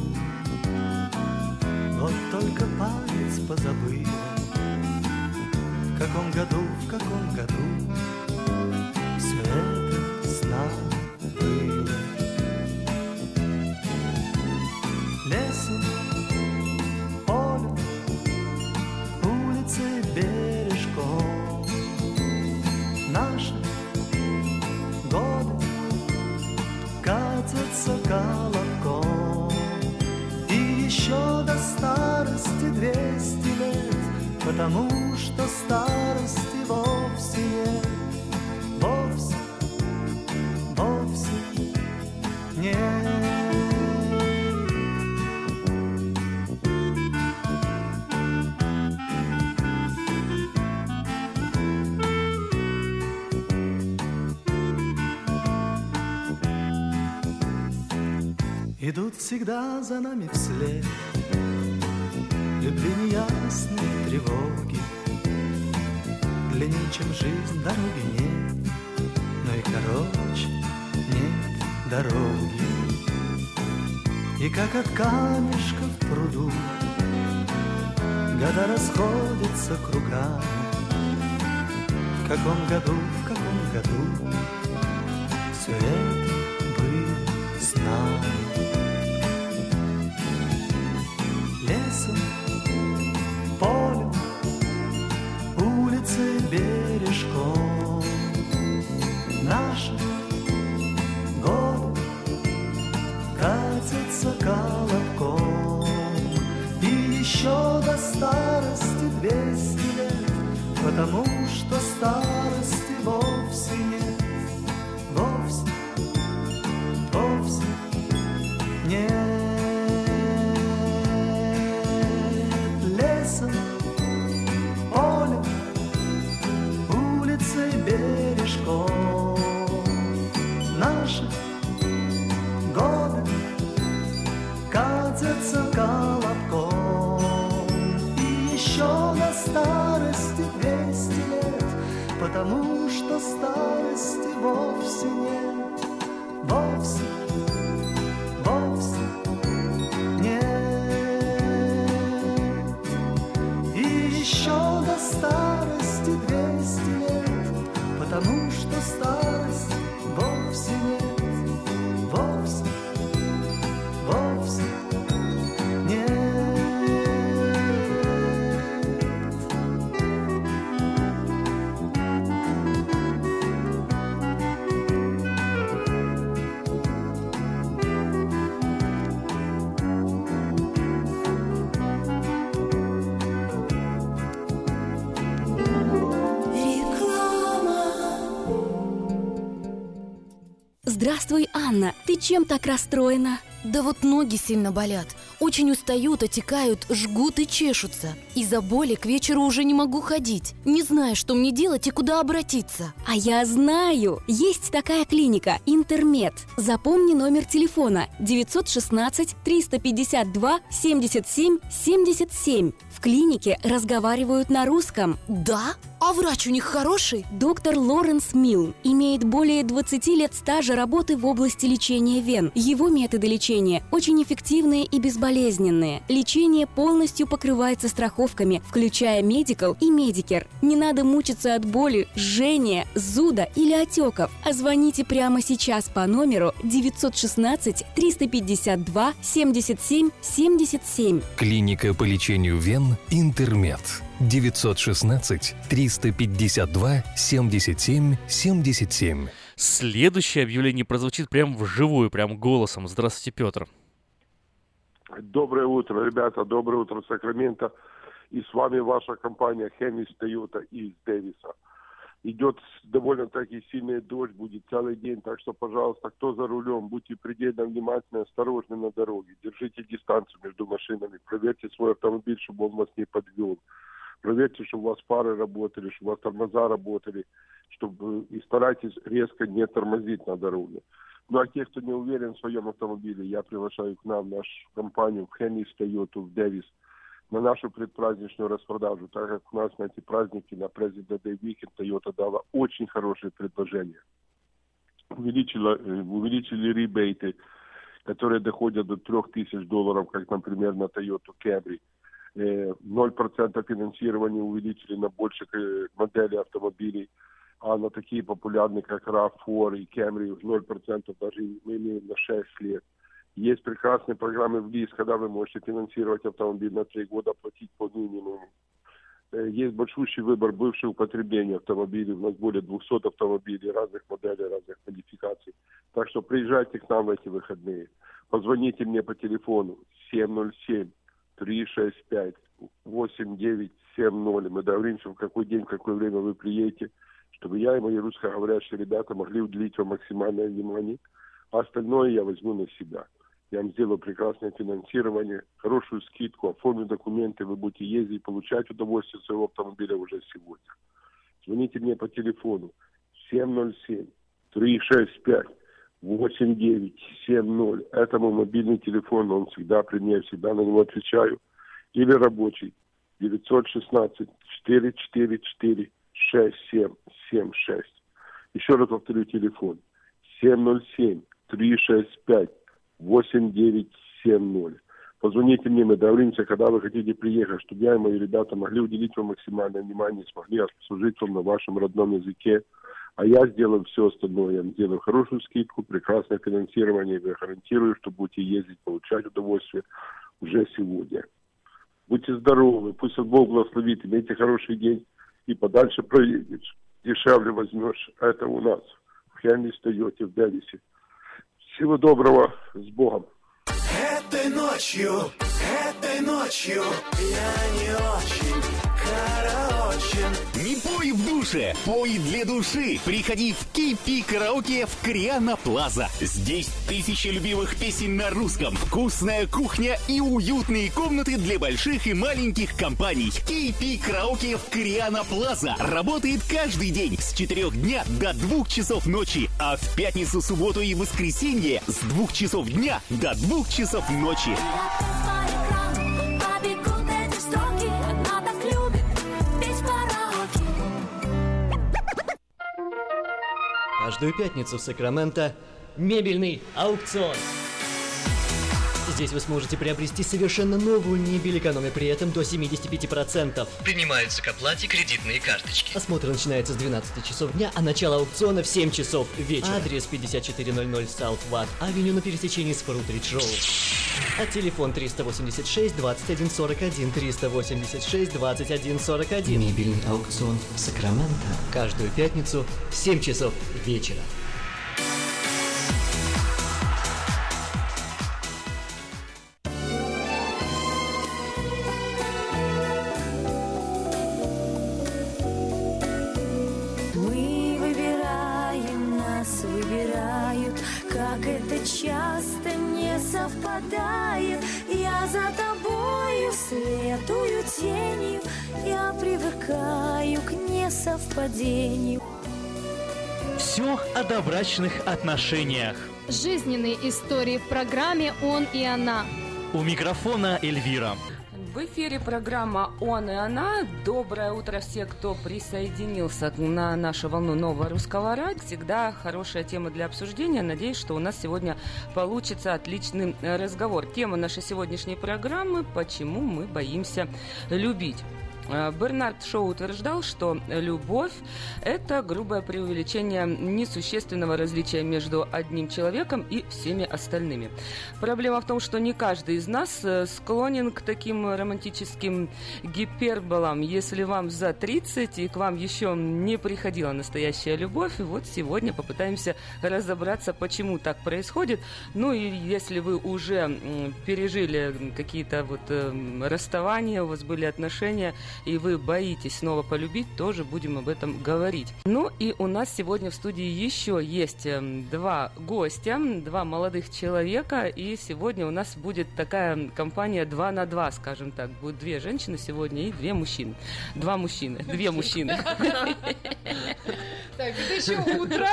вот только память позабыла, в каком году, в каком году все это с нами было. Лесом, полем, улицей, бережком наши годы катятся колобком. И еще до старости двести лет, потому что старости вовсе нет, вовсе, вовсе нет. Идут всегда за нами вслед любви неясные тревоги. Длиннее, чем жизнь, дороги нет, но и короче нет дороги. И как от камешка в пруду года расходятся кругами. В каком году, в каком году все это было с нами. Лесом, полем, улицей, бережком наши годы катятся колобком. И еще до старости двести лет, потому что старости вовсе нет, вовсе, вовсе нет. Лесом, полем, улицей, бережком наши годы катятся колобком. И еще до старости двести лет, потому что старости вовсе нет, вовсе, вовсе нет. Еще до старости двести лет, потому что старость вовсе нет, вовсе, вовсе нет. Здравствуй, Анна. Ты чем так расстроена? Да вот ноги сильно болят. Очень устают, отекают, жгут и чешутся. Из-за боли к вечеру уже не могу ходить. Не знаю, что мне делать и куда обратиться. А я знаю! Есть такая клиника «Интермед». Запомни номер телефона девятьсот шестнадцать триста пятьдесят два семьдесят семь семьдесят семь. В клинике разговаривают на русском. Да? А врач у них хороший? Доктор Лоренс Милн имеет более двадцати лет стажа работы в области лечения вен. Его методы лечения очень эффективные и безболезненные. Лечение полностью покрывается страховками, включая Medical и Medicare. Не надо мучиться от боли, жжения, зуда или отеков. А звоните прямо сейчас по номеру девятьсот шестнадцать триста пятьдесят два семьдесят семь семьдесят семь. Клиника по лечению вен «Интермед». девятьсот шестнадцать триста пятьдесят два семьдесят семь семьдесят семь. Следующее объявление прозвучит прям вживую, прям голосом. Здравствуйте, Петр. Доброе утро, ребята. Доброе утро, Сакраменто. И с вами ваша компания Хэмис Тойота из Дэвиса. Идет довольно-таки сильный дождь, будет целый день, так что, пожалуйста, кто за рулем, будьте предельно внимательны, осторожны на дороге. Держите дистанцию между машинами, проверьте свой автомобиль, чтобы он вас не подвел. Проверьте, чтобы у вас фары работали, чтобы у вас тормоза работали, чтобы и старайтесь резко не тормозить на дороге. Ну а те, кто не уверен в своем автомобиле, я приглашаю к нам в нашу компанию, в Хеннис Тойоту, в Дэвис, на нашу предпраздничную распродажу, так как у нас на эти праздники, на President Day Weekend, Toyota дала очень хорошие предложения. Увеличила, увеличили ребейты, которые доходят до трех тысяч долларов, как, например, на Toyota Camry. ноль процентов финансирования увеличили на больше моделей автомобилей, а на такие популярные, как рав фор и Camry, ноль процентов даже мы имеем на шесть лет. Есть прекрасные программы в лиз, когда вы можете финансировать автомобиль на три года, платить по минимуму. Есть большущий выбор бывшего употребления автомобилей. У нас более двухсот автомобилей разных моделей, разных модификаций. Так что приезжайте к нам в эти выходные. Позвоните мне по телефону семь ноль семь три шесть пять восемь девять семь ноль. Мы договоримся, в какой день, в какое время вы приедете, чтобы я и мои русскоговорящие ребята могли уделить вам максимальное внимание. А остальное я возьму на себя. Я вам сделаю прекрасное финансирование, хорошую скидку, оформлю документы, вы будете ездить, получать удовольствие своего автомобиля уже сегодня. Звоните мне по телефону семь ноль семь три шесть пять восемь девять семь ноль. Это мой мобильный телефон, он всегда при мне, всегда на него отвечаю. Или рабочий девять один шесть четыре четыре четыре шесть семь семь шесть. Еще раз повторю телефон семь ноль семь три шесть пять восемь девять семь ноль. Позвоните мне, мы договоримся, когда вы хотите приехать, чтобы я и мои ребята могли уделить вам максимальное внимание, смогли обслужить вам на вашем родном языке. А я сделаю все остальное. Я сделаю хорошую скидку, прекрасное финансирование. Я гарантирую, что будете ездить, получать удовольствие уже сегодня. Будьте здоровы, пусть Бог благословит, имейте хороший день и подальше проедешь. Дешевле возьмешь. Это у нас в Хеннис Тойоте в Дэвисе. Всего доброго, с Богом. Этой ночью, этой ночью я не очень караочен. Не пой в душе, пой для души. Приходи в кей пи Караоке в Криана Плаза. Здесь тысячи любимых песен на русском, вкусная кухня и уютные комнаты для больших и маленьких компаний. кей пи Караоке в Криана Плаза работает каждый день с четырёх дня до двух часов ночи, а в пятницу, субботу и воскресенье с двух часов дня до двух часов ночи. Каждую пятницу в Сакраменто мебельный аукцион. Здесь вы сможете приобрести совершенно новую мебель, экономя при этом до семьдесят пять процентов. Принимаются к оплате кредитные карточки. Осмотр начинается с двенадцати часов дня, а начало аукциона в семь часов вечера. Адрес пятьдесят четыре ноль ноль South Watt Avenue на пересечении с Фрутридж Роуд. А телефон триста восемьдесят шесть двадцать один сорок один, триста восемьдесят шесть двадцать один сорок один. Мебельный аукцион Сакраменто. Каждую пятницу в семь часов вечера. Часто не совпадает. Я за тобою следую тенью. Я привыкаю к несовпадению. Все о добрачных отношениях. Жизненные истории в программе «Он и она». У микрофона Эльвира. В эфире программа «Он и она». Доброе утро всем, кто присоединился на нашу волну нового русского радио. Всегда хорошая тема для обсуждения. Надеюсь, что у нас сегодня получится отличный разговор. Тема нашей сегодняшней программы – «Почему мы боимся любить». Бернард Шоу утверждал, что любовь – это грубое преувеличение несущественного различия между одним человеком и всеми остальными. Проблема в том, что не каждый из нас склонен к таким романтическим гиперболам. Если вам за тридцать и к вам еще не приходила настоящая любовь, вот сегодня попытаемся разобраться, почему так происходит. Ну и если вы уже пережили какие-то вот расставания, у вас были отношения, и вы боитесь снова полюбить, тоже будем об этом говорить. Ну и у нас сегодня в студии еще есть два гостя, два молодых человека, и сегодня у нас будет такая компания два на два, скажем так. Будет две женщины сегодня и две мужчины. Два мужчины, две мужчины. Так, это еще утро.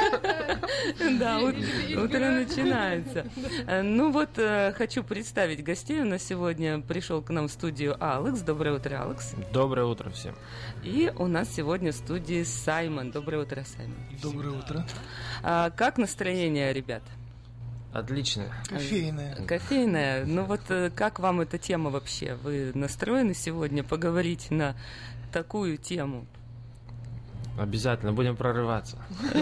Да, утро начинается. Ну вот, хочу представить гостей. У нас сегодня пришел к нам в студию Алекс. Доброе утро, Алекс. Доброе утро всем. И у нас сегодня в студии Саймон. Доброе утро, Саймон. Доброе утро. Как настроение, ребят? Отлично. Кофейная. Кофейная. Ну вот как вам эта тема вообще? Вы настроены сегодня поговорить на такую тему? Обязательно будем прорываться.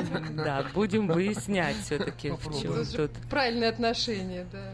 Да, будем выяснять все-таки, в чем тут. Правильные отношения, да.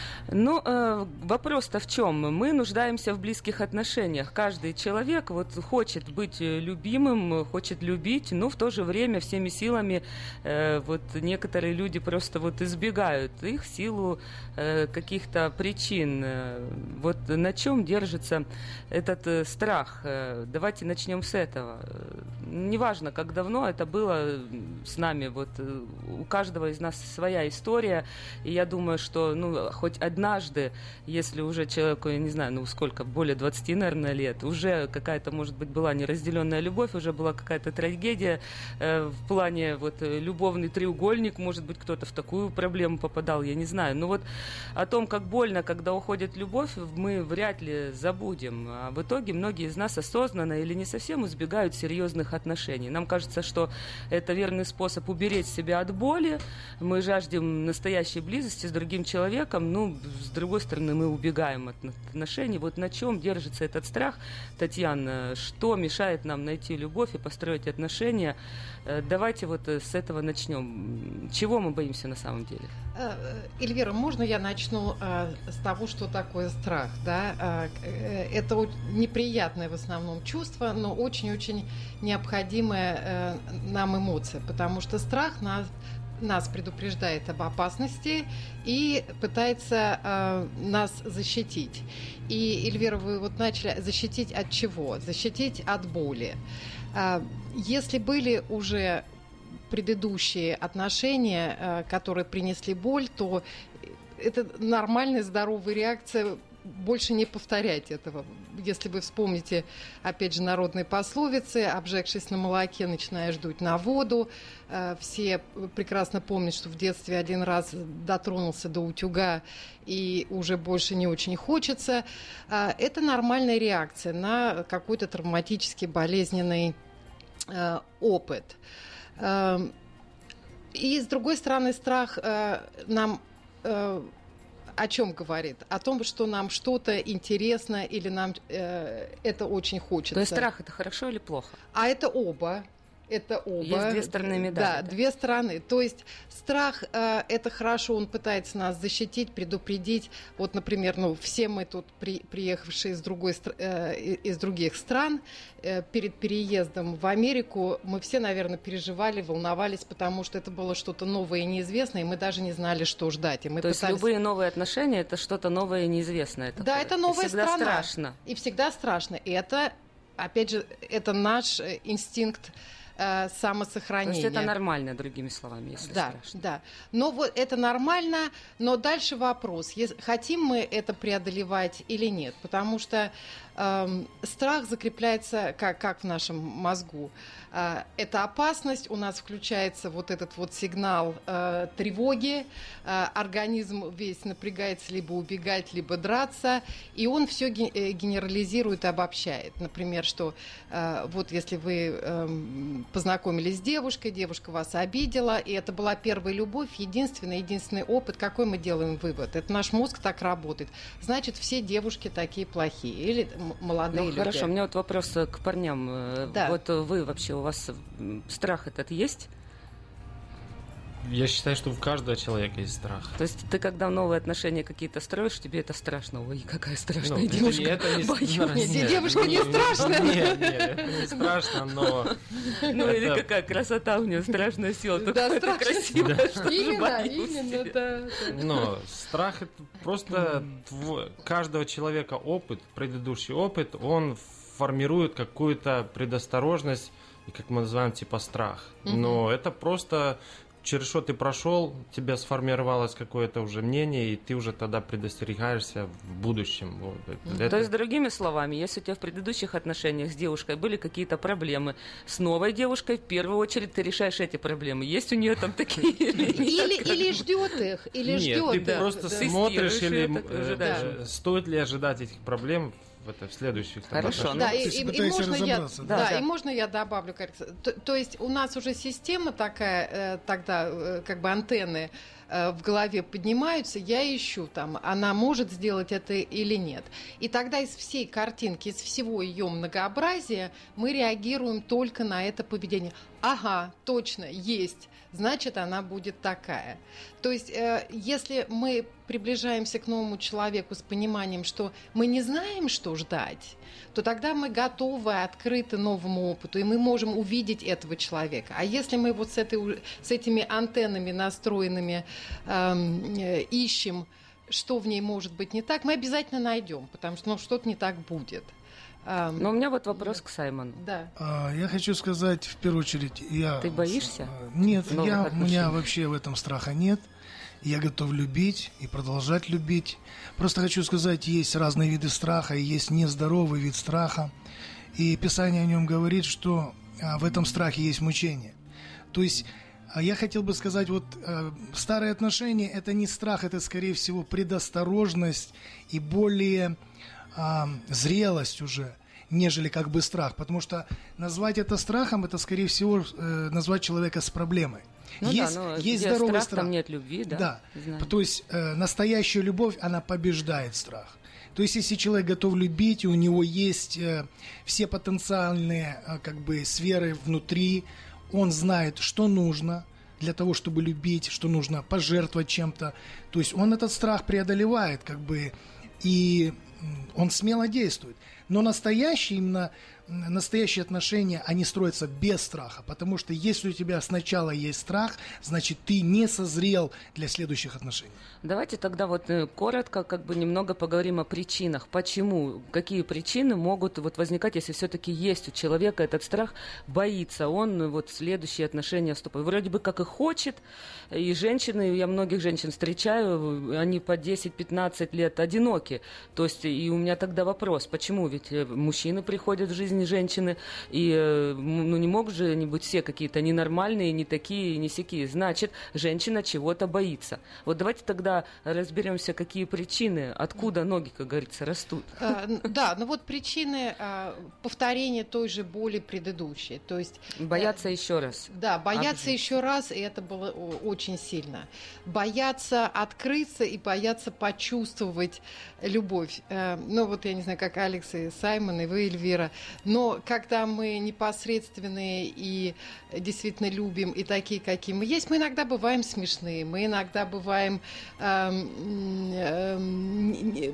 Ну, э, вопрос-то в чем? Мы нуждаемся в близких отношениях. Каждый человек вот хочет быть любимым, хочет любить, но в то же время всеми силами э, вот некоторые люди просто вот избегают их в силу э, каких-то причин. Вот на чем держится этот э, страх? Э, давайте начнем с этого. Неважно, как давно это было с нами, вот э, у каждого из нас своя история, и я думаю, что ну хоть однажды, если уже человеку, я не знаю, ну сколько, более двадцати, наверное, лет, уже какая-то, может быть, была неразделенная любовь, уже была какая-то трагедия э, в плане вот любовный треугольник, может быть, кто-то в такую проблему попадал, я не знаю. Но вот о том, как больно, когда уходит любовь, мы вряд ли забудем. А в итоге многие из нас осознанно или не совсем избегают серьезных отношений. Нам кажется, что это верный способ уберечь себя от боли. Мы жаждем настоящей близости с другим человеком, ну, с другой стороны, мы убегаем от отношений. Вот на чем держится этот страх, Татьяна? Что мешает нам найти любовь и построить отношения? Давайте вот с этого начнем. Чего мы боимся на самом деле? Эльвира, можно я начну с того, что такое страх? Да? Это неприятное в основном чувство, но очень-очень необходимая нам эмоция, потому что страх нас нас предупреждает об опасности и пытается э, нас защитить. И, Эльвира, вы вот начали защитить от чего? Защитить от боли. Э, если были уже предыдущие отношения, э, которые принесли боль, то это нормальная здоровая реакция больше не повторять этого. Если вы вспомните, опять же, народные пословицы: обжегшись на молоке, начинаешь дуть на воду. Все прекрасно помнят, что в детстве один раз дотронулся до утюга и уже больше не очень хочется. Это нормальная реакция на какой-то травматический, болезненный опыт. И, с другой стороны, страх нам о чем говорит? О том, что нам что-то интересно или нам э, это очень хочется. То есть страх – это хорошо или плохо? А это оба. Это оба. Есть две стороны медали. Да, да, две стороны. То есть страх э, – это хорошо, он пытается нас защитить, предупредить. Вот, например, ну, все мы тут, при, приехавшие из, другой, э, из других стран, э, перед переездом в Америку, мы все, наверное, переживали, волновались, потому что это было что-то новое и неизвестное, и мы даже не знали, что ждать. И мы То пытались... есть любые новые отношения – это что-то новое и неизвестное? Да, это новая и всегда страна. страшно. И всегда страшно. И это, опять же, это наш инстинкт самосохранения. То есть это нормально, другими словами, если да, страшно. Да, но вот это нормально, но дальше вопрос, хотим мы это преодолевать или нет, потому что э, страх закрепляется как, как в нашем мозгу. Э, это опасность, у нас включается вот этот вот сигнал э, тревоги, э, организм весь напрягается либо убегать, либо драться, и он все генерализирует и обобщает. Например, что э, вот если вы э, познакомились с девушкой, девушка вас обидела, и это была первая любовь, единственный, единственный опыт, какой мы делаем вывод? Это наш мозг так работает. Значит, все девушки такие плохие или молодые ну, люди. Хорошо, у меня вот вопрос к парням. Да. Вот вы вообще, у вас страх этот есть? Я считаю, что у каждого человека есть страх. То есть ты, когда новые отношения какие-то строишь, тебе это страшно? Ой, какая страшная ну, девушка. Это не, Боюсь. Нет, нет, девушка не страшная. Нет, нет, это не страшно, но... Ну или какая красота у нее, страшная сила. Да, страшно. Красивая, что именно, именно, да. Но страх — это просто каждого человека опыт, предыдущий опыт, он формирует какую-то предосторожность, и как мы называем, типа страх. Но это просто... через что ты прошел, тебе сформировалось какое-то уже мнение, и ты уже тогда предостерегаешься в будущем. Вот. Mm-hmm. Это... То есть, другими словами, если у тебя в предыдущих отношениях с девушкой были какие-то проблемы, с новой девушкой в первую очередь ты решаешь эти проблемы. Есть у нее там такие или Или ждет их, или ждет. Нет, ты просто смотришь, или стоит ли ожидать этих проблем в, это, в следующих Хорошо. Да, и, и, и, можно я, да, да, да. и можно я добавлю, то, то есть у нас уже система такая, э, тогда э, как бы антенны э, в голове поднимаются, я ищу там, она может сделать это или нет. И тогда из всей картинки, из всего ее многообразия мы реагируем только на это поведение. Ага, точно, есть. Значит, она будет такая. То есть, э, если мы приближаемся к новому человеку с пониманием, что мы не знаем, что ждать, то тогда мы готовы, открыты новому опыту, и мы можем увидеть этого человека. А если мы вот с, этой, с этими антеннами настроенными э, ищем, что в ней может быть не так, мы обязательно найдем, потому что ну, что-то не так будет. Но у меня вот вопрос к Саймону. Да. А, я хочу сказать, в первую очередь, я... Ты боишься? Нет, я, у меня вообще в этом страха нет. Я готов любить и продолжать любить. Просто хочу сказать, есть разные виды страха, и есть нездоровый вид страха. И Писание о нем говорит, что а, в этом страхе есть мучение. То есть а, я хотел бы сказать, вот а, старые отношения – это не страх, это, скорее всего, предосторожность и более... А, зрелость уже, нежели как бы страх. Потому что назвать это страхом, это, скорее всего, э, назвать человека с проблемой. Ну есть да, есть здоровый страх, страх. Там нет любви, да? Да. Знаю. То есть э, настоящая любовь, она побеждает страх. То есть если человек готов любить, и у него есть э, все потенциальные э, как бы сферы внутри, он знает, что нужно для того, чтобы любить, что нужно пожертвовать чем-то. То есть он этот страх преодолевает, как бы, и он смело действует. Но настоящие, именно настоящие отношения, они строятся без страха. Потому что если у тебя сначала есть страх, значит, ты не созрел для следующих отношений. Давайте тогда вот коротко, как бы немного поговорим о причинах. Почему, какие причины могут вот возникать, если все-таки есть у человека этот страх, боится он вот в следующие отношения вступать. Вроде бы как и хочет, и женщины, я многих женщин встречаю, они по десять-пятнадцать лет одиноки. То есть и у меня тогда вопрос, почему? Ведь мужчины приходят в жизнь женщины, и ну, не могут же они быть все какие-то ненормальные, не такие, не сякие. Значит, женщина чего-то боится. Вот давайте тогда разберемся, какие причины, откуда ноги, как говорится, растут. Да, ну вот причины повторения той же боли предыдущей. То есть бояться еще раз. Да, бояться обжить. еще раз, и это было очень сильно. Бояться открыться и бояться почувствовать любовь. Ну вот я не знаю, как Алекс и Саймон, и вы, Эльвира, но когда мы непосредственные и действительно любим, и такие, какие мы есть, мы иногда бываем смешные, мы иногда бываем эм, эм, не,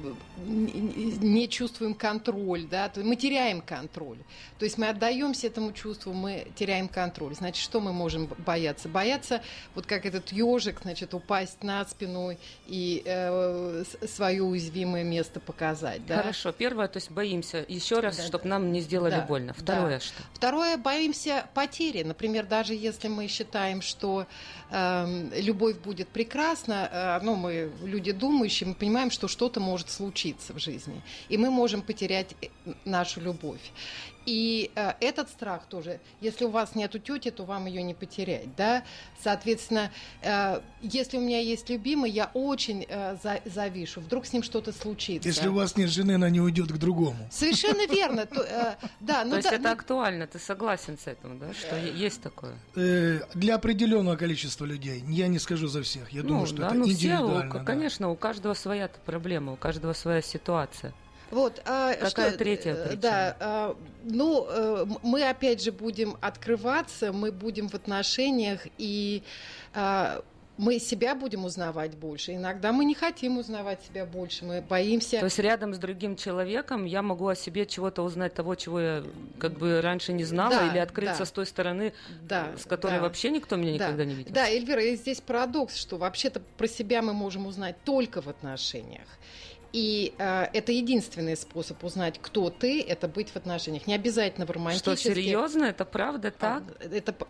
не чувствуем контроль, да, мы теряем контроль. То есть мы отдаемся этому чувству, мы теряем контроль. Значит, что мы можем бояться? Бояться, вот как этот ежик, значит, упасть на спину и э, свое уязвимое место показать. Да? Хорошо. Первое, то есть боимся еще раз, да, чтобы да. нам не сделали да. больно. Второе да. что? Второе, боимся потери. Например, даже если мы считаем, что э, любовь будет прекрасна, э, ну, мы люди думающие, мы понимаем, что что-то может случиться в жизни, и мы можем потерять нашу любовь. И э, этот страх тоже, если у вас нету тети, то вам ее не потерять, да. Соответственно, э, если у меня есть любимый, я очень э, за, завишу. Вдруг с ним что-то случится. Если у вас нет жены, она не уйдет к другому. Совершенно верно. То, э, да, ну, то есть да, это ну... актуально, ты согласен с этим, да, что э... есть такое? Э, для определенного количества людей. Я не скажу за всех. Я ну, думаю, что да, это ну, индивидуально. Все, да. Конечно, у каждого своя проблема, у каждого своя ситуация. Вот, а, Какая что, третья причина? Да, а, ну, мы опять же будем открываться, мы будем в отношениях, и а, мы себя будем узнавать больше. Иногда мы не хотим узнавать себя больше, мы боимся. То есть рядом с другим человеком я могу о себе чего-то узнать, того, чего я как бы раньше не знала, да, или открыться да. с той стороны, да, с которой да. вообще никто меня никогда да. не видел. Да, Эльвира, и здесь парадокс, что вообще-то про себя мы можем узнать только в отношениях. И э, это единственный способ узнать, кто ты, это быть в отношениях. Не обязательно в романтических. Что, серьезно? Это правда так? Это,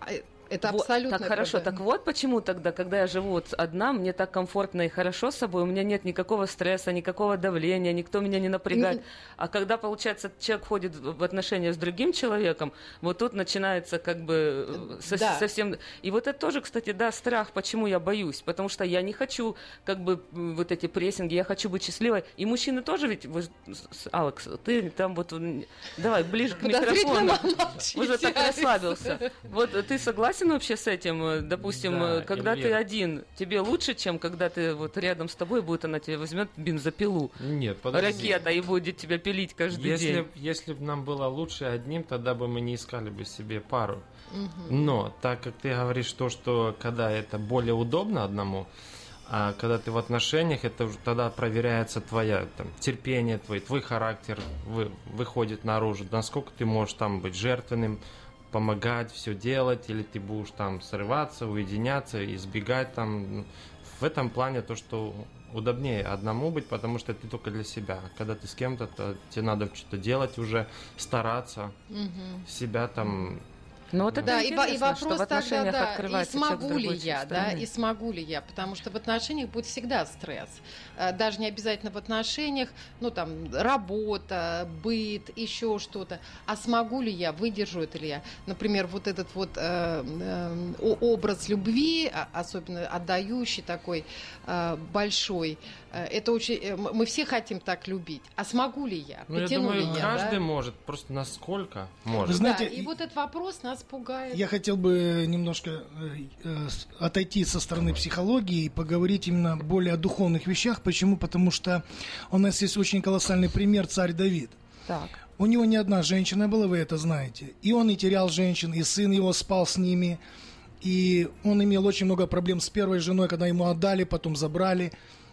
Это Вот, абсолютно так хорошо, правда. так вот почему тогда, когда я живу вот одна, мне так комфортно и хорошо с собой, у меня нет никакого стресса, никакого давления, никто меня не напрягает. А когда, получается, человек входит в отношения с другим человеком, вот тут начинается как бы со- Да. совсем... И вот это тоже, кстати, да, страх, почему я боюсь, потому что я не хочу как бы вот эти прессинги, я хочу быть счастливой. И мужчины тоже ведь, вы, с- Алекс, ты там вот, давай, ближе к микрофону, уже так расслабился. Вот ты согласен вообще с этим? Допустим, Да, когда ты Эльвира. один, тебе лучше, чем когда ты вот рядом с тобой, будет она тебе возьмет бензопилу, Нет, подожди. ракета, и будет тебя пилить каждый Если, день. если бы нам было лучше одним, тогда бы мы не искали бы себе пару. Мгм. Но так как ты говоришь то, что когда это более удобно одному, а когда ты в отношениях, это уже тогда проверяется твоя там, терпение, твой, твой характер вы, выходит наружу, насколько ты можешь там быть жертвенным, помогать, все делать, или ты будешь там срываться, уединяться, избегать там. В этом плане то, что удобнее одному быть, потому что ты только для себя. Когда ты с кем-то, то тебе надо что-то делать уже, стараться, Мгм. себя там... Ну вот это Да, и, во- и интересно, что вопрос в отношениях тогда, да, и открывается человек с смогу ли другой я, да, стороны. и смогу ли я, потому что в отношениях будет всегда стресс. Э, Даже не обязательно в отношениях, ну там работа, быт, еще что-то. А смогу ли я, выдержу это ли я? Например, вот этот вот э, э, о- образ любви, а- особенно отдающий такой э, большой, э, это очень, э, м- мы все хотим так любить. А смогу ли я? Ну, я Потяну думаю, ли я, каждый да? может, просто насколько может. Вы знаете, Да, и вот этот вопрос нас пугает. Я хотел бы немножко э, э, с- отойти со стороны психологии и поговорить именно более о духовных вещах. Почему? Потому что у нас есть очень колоссальный пример царь Давид. Так. У него не одна женщина была, вы это знаете. И он и терял женщин, и сын его спал с ними. И он имел очень много проблем с первой женой, когда ему отдали, потом забрали.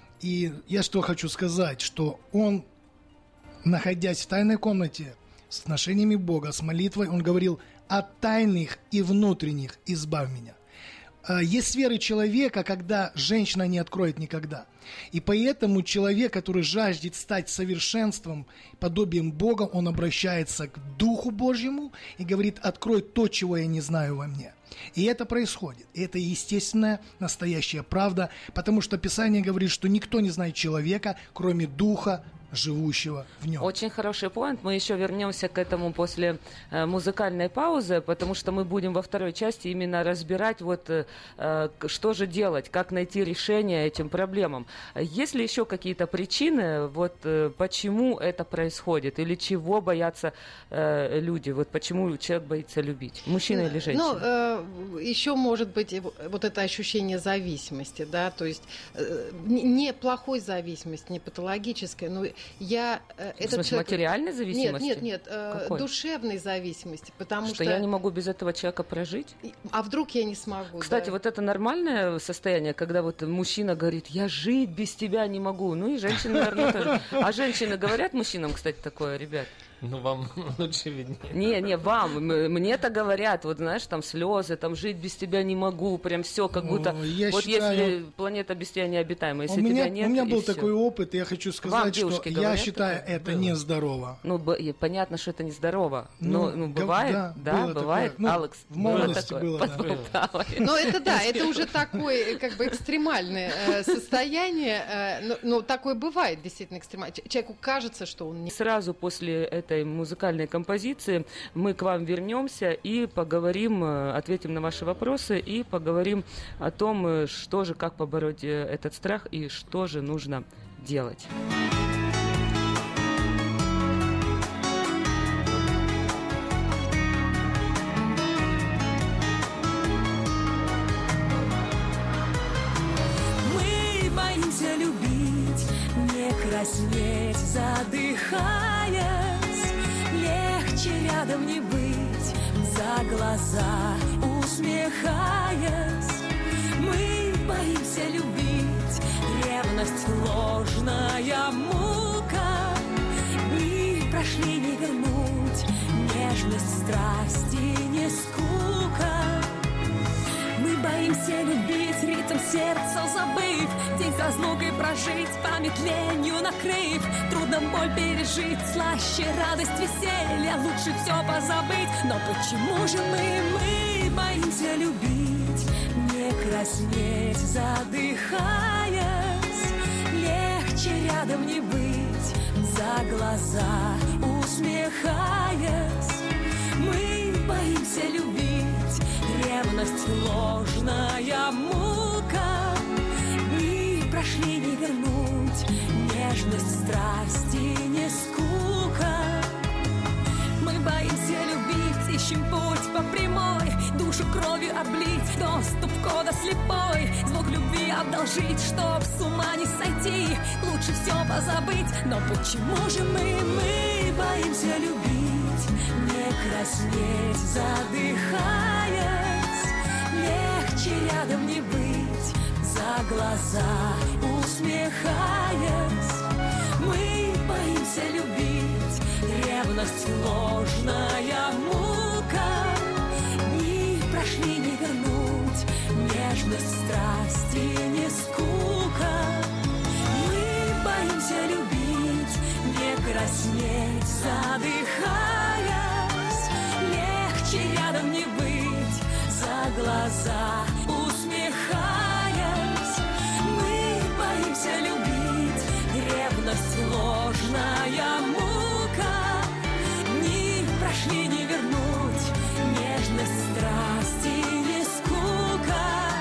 И я что хочу сказать, что он, находясь в тайной комнате, с отношениями Бога, с молитвой, он говорил: «От тайных и внутренних избавь меня». А, Есть сферы человека, когда женщина не откроет никогда. И поэтому человек, который жаждет стать совершенством, подобием Бога, он обращается к Духу Божьему и говорит: «Открой то, чего я не знаю во мне». И это происходит. И это естественная, настоящая правда, потому что Писание говорит, что никто не знает человека, кроме Духа, живущего в нем. Очень хороший поинт. Мы еще вернемся к этому после э, музыкальной паузы, потому что мы будем во второй части именно разбирать, вот, э, э, что же делать, как найти решение этим проблемам. Есть ли еще какие-то причины, вот, э, почему это происходит, или чего боятся э, люди, вот, почему человек боится любить, мужчина или женщина? Ну, э, еще может быть и в- вот это ощущение зависимости, да, то есть э, не не плохой зависимости, не патологической, но я э, В этот смысле, человек- материальной зависимости? Нет, нет, нет, э, Какой? душевной зависимости, потому Что что, я не могу без этого человека прожить? а вдруг я не смогу? Кстати, да? вот это нормальное состояние, когда вот мужчина говорит: я жить без тебя не могу. Ну и женщины, наверное, тоже. А женщины говорят мужчинам, кстати, такое, ребят? Ну, вам лучше виднее. Не, не, вам, м- мне-то говорят, вот знаешь, там слезы, там жить без тебя не могу, прям все, как будто, Ну, я вот считаю- если планета без тебя необитаема, если у меня, тебя нет, у меня и был всё. такой опыт, и я хочу Вам сказать, что девушки я говорят считаю такое? это нездорово. Ну, б- и понятно, что это нездорово. Ну, Ну, ну, гов- бывает, да, да, было бывает. такое. Ну, Алекс, в было молодости такое. было, да. Подболтала. Ну, это да, это уже такое, э, как бы, экстремальное э, состояние. э, но, но такое бывает, действительно, экстремальное. Ч- Человеку кажется, что он не... Сразу после этой музыкальной композиции мы к вам вернемся и поговорим, э, ответим на ваши вопросы и поговорим о том, э, что же, как побороть э, этот страх и что же нужно делать. Мы боимся любить, не краснеть, задыхаясь. Легче рядом не быть, за глаза усмехаясь. Мы боимся любить, ревность ложная мука. Дни прошли не вернуть, нежность, страсти, не скука. Мы боимся любить, ритм сердца забыв, день с разлукой прожить, память ленью накрыв. Трудно боль пережить, слаще радость, веселье, лучше все позабыть. Но почему же мы, мы боимся любить, не краснеть, задыхаясь. Легче рядом не быть, за глаза усмехаясь. Мы боимся любить, ревность ложная мука. Дни прошли, не вернуть, нежность, страсти, не скука. Мы боимся любить, ищем путь по прямой, душу кровью облить, доступ кода слепой, звук любви одолжить, чтоб с ума не сойти, лучше все позабыть. Но почему же мы, мы боимся любить, не краснеть, задыхаясь? Легче рядом не быть, за глаза усмехаясь. Мы боимся любить, ревность ложная мука. Дни прошли, не вернуть, нежность, страсти, не скука. Мы боимся любить, не краснеть, задыхаясь. Легче рядом не быть, за глаза усмехаясь. Мы боимся любить, ревность ложная мука. Дни прошли, не вернуть, нежность, страсти, не скука.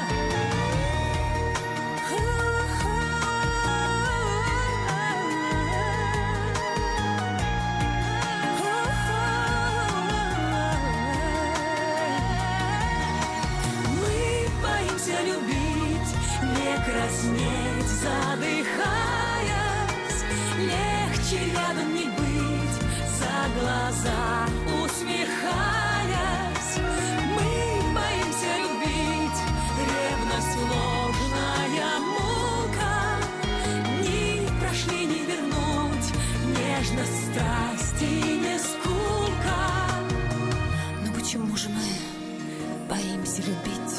Мы боимся любить, не краснеть, задыхаясь. Легче рядом не быть, за глаза усмехаясь. Мы боимся любить, ревность ложная мука. Дни прошли, не вернуть, нежность, страсти, не скука. Но почему же мы боимся любить?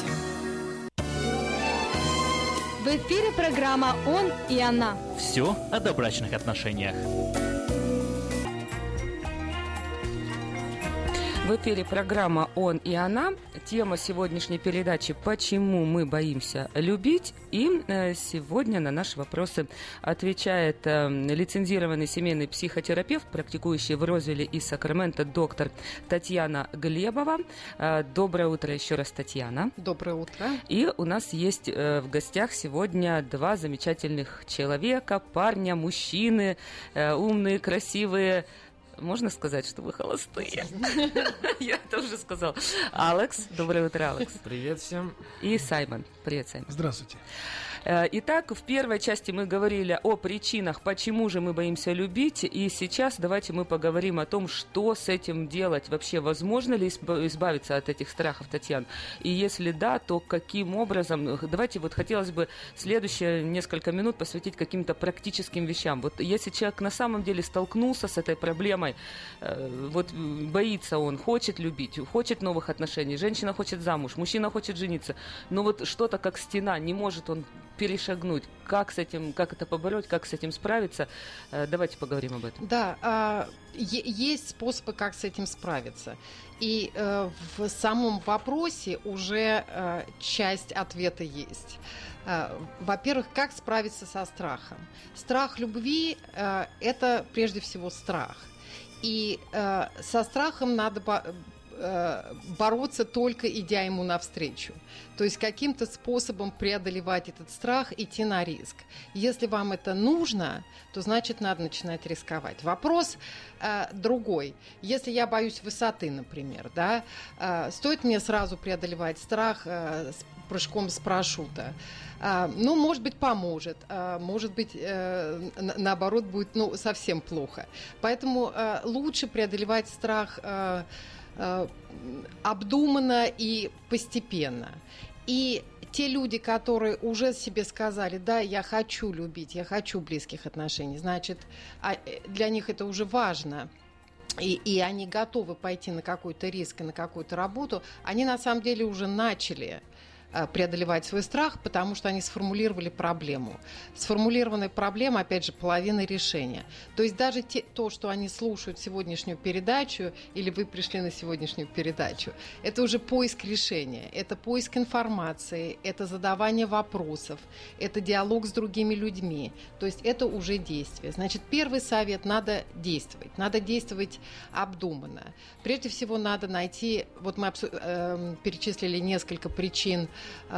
В эфире программа «Он и она». Все о добрачных отношениях. В эфире программа «Он и она». Тема сегодняшней передачи «Почему мы боимся любить?». И э, сегодня на наши вопросы отвечает э, лицензированный семейный психотерапевт, практикующий в Розвилле и Сакраменто доктор Татьяна Глебова. Э, доброе утро еще раз, Татьяна. Доброе утро. И у нас есть э, в гостях сегодня два замечательных человека, парня, мужчины, э, умные, красивые. Можно сказать, что вы холостые? Я это уже сказал. Алекс. Доброе утро, Алекс. Привет всем. И Саймон. Привет, Саймон. Здравствуйте. Итак, в первой части мы говорили о причинах, почему же мы боимся любить, и сейчас давайте мы поговорим о том, что с этим делать. Вообще, возможно ли избавиться от этих страхов, Татьяна? И если да, то каким образом? Давайте вот хотелось бы следующие несколько минут посвятить каким-то практическим вещам. Вот если человек на самом деле столкнулся с этой проблемой, вот боится он, хочет любить, хочет новых отношений, женщина хочет замуж, мужчина хочет жениться, но вот что-то как стена, не может он перешагнуть. Как с этим, как это побороть, как с этим справиться? Давайте поговорим об этом. Да, есть способы, как с этим справиться. И в самом вопросе уже часть ответа есть. Во-первых, как справиться со страхом? Страх любви – это прежде всего страх. И со страхом надо бороться, только идя ему навстречу. То есть каким-то способом преодолевать этот страх, идти на риск. Если вам это нужно, то значит надо начинать рисковать. Вопрос э, другой. Если я боюсь высоты, например, да, э, стоит мне сразу преодолевать страх э, с прыжком с парашюта? Э, ну, может быть, поможет. Э, может быть, э, на- наоборот, будет ну, совсем плохо. Поэтому э, лучше преодолевать страх э, обдуманно и постепенно. И те люди, которые уже себе сказали, да, я хочу любить, я хочу близких отношений, значит, для них это уже важно, и, и они готовы пойти на какой-то риск и на какую-то работу, они на самом деле уже начали преодолевать свой страх, потому что они сформулировали проблему. Сформулированная проблема, опять же, половина решения. То есть даже те, то, что они слушают сегодняшнюю передачу, или вы пришли на сегодняшнюю передачу, это уже поиск решения, это поиск информации, это задавание вопросов, это диалог с другими людьми. То есть это уже действие. Значит, первый совет – надо действовать. Надо действовать обдуманно. Прежде всего, надо найти, вот мы обсу- э, перечислили несколько причин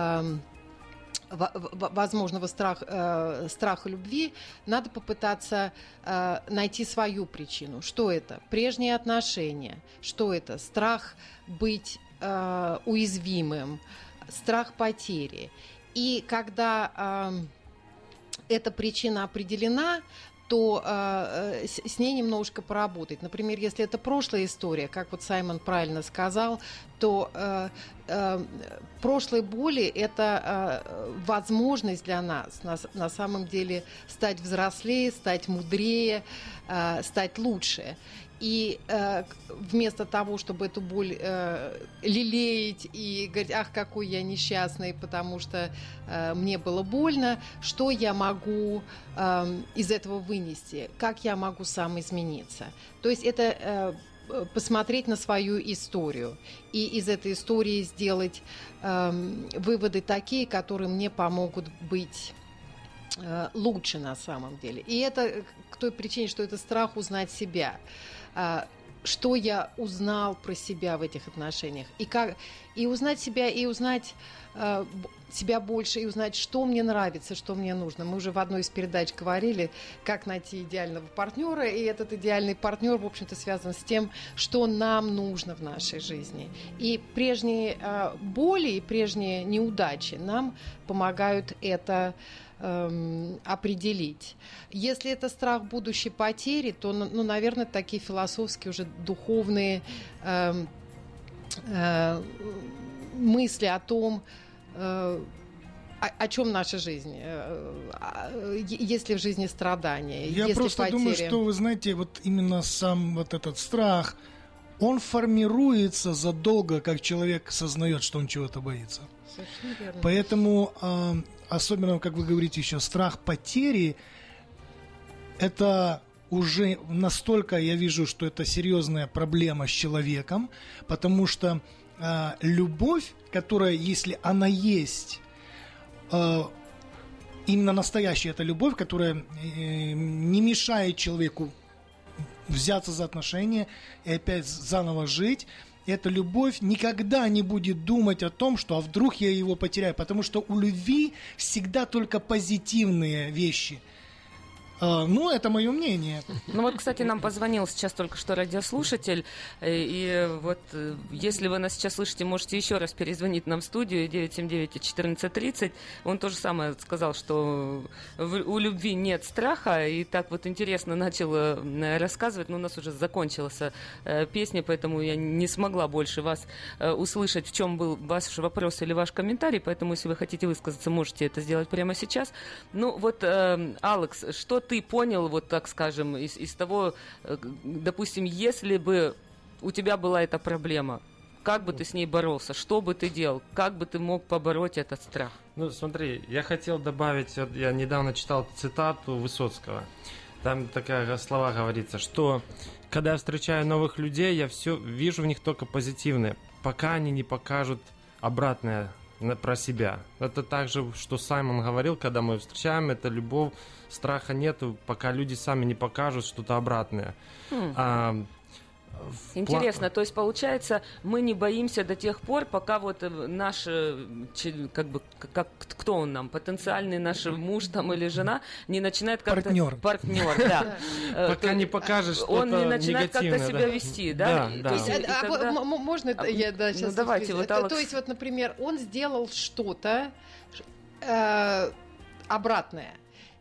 возможного страха, э, страха любви, надо попытаться э, найти свою причину. Что это? Прежние отношения. Что это? Страх быть э, уязвимым, страх потери. И когда э, эта причина определена, то э, с, с ней немножко поработать. Например, если это прошлая история, как вот Саймон правильно сказал, то э, э, прошлые боли – это э, возможность для нас на, на самом деле стать взрослее, стать мудрее, э, стать лучше. И э, вместо того, чтобы эту боль э, лелеять и говорить, ах, какой я несчастный, потому что э, мне было больно, что я могу э, из этого вынести, как я могу сам измениться. То есть это э, посмотреть на свою историю и из этой истории сделать э, выводы такие, которые мне помогут быть э, лучше на самом деле. И это к той причине, что это страх узнать себя. Что я узнал про себя в этих отношениях. И, как, и узнать себя, и узнать э, себя больше, и узнать, что мне нравится, что мне нужно. Мы уже в одной из передач говорили, как найти идеального партнера, и этот идеальный партнер, в общем-то, связан с тем, что нам нужно в нашей жизни. И прежние э, боли, и прежние неудачи нам помогают это определить. Если это страх будущей потери, то, ну, наверное, такие философские, уже духовные э, э, мысли о том, э, о, о чем наша жизнь, э, есть ли в жизни страдания, Я есть просто ли потери. думаю, что, вы знаете, вот именно сам вот этот страх, он формируется задолго, как человек сознает, что он чего-то боится. Совершенно верно. Поэтому, э, особенно, как вы говорите еще, страх потери, это уже настолько, я вижу, что это серьезная проблема с человеком, потому что э, любовь, которая, если она есть, э, именно настоящая эта любовь, которая э, не мешает человеку взяться за отношения и опять заново жить, эта любовь никогда не будет думать о том, что а вдруг я его потеряю, потому что у любви всегда только позитивные вещи. Ну, это мое мнение. Ну вот, кстати, нам позвонил сейчас только что радиослушатель, и вот если вы нас сейчас слышите, можете еще раз перезвонить нам в студию девять семь девять четырнадцать тридцать. Он то же самое сказал, что у любви нет страха, и так вот интересно начал рассказывать, но у нас уже закончилась песня, поэтому я не смогла больше вас услышать, в чем был ваш вопрос или ваш комментарий, поэтому если вы хотите высказаться, можете это сделать прямо сейчас. Ну вот, Алекс, что ты понял, вот так скажем, из, из того, допустим, если бы у тебя была эта проблема, как бы ты с ней боролся, что бы ты делал, как бы ты мог побороть этот страх? Ну, смотри, я хотел добавить, вот я недавно читал цитату Высоцкого, там такая слова говорится, что когда я встречаю новых людей, я все вижу в них только позитивное, пока они не покажут обратное про себя. Это также, что Саймон говорил, когда мы встречаем, это любовь, страха нету, пока люди сами не покажут что-то обратное. Хм. А, Интересно, то есть получается, мы не боимся до тех пор, пока вот наш, как бы, как, кто он нам, потенциальный наш муж там или жена не начинает как-то... Партнер. Партнер, да. Пока не покажешь что-то он не начинает как-то себя вести, да? Да, да. Можно я сейчас... Давайте, вот Алекс. То есть, вот, например, он сделал что-то обратное.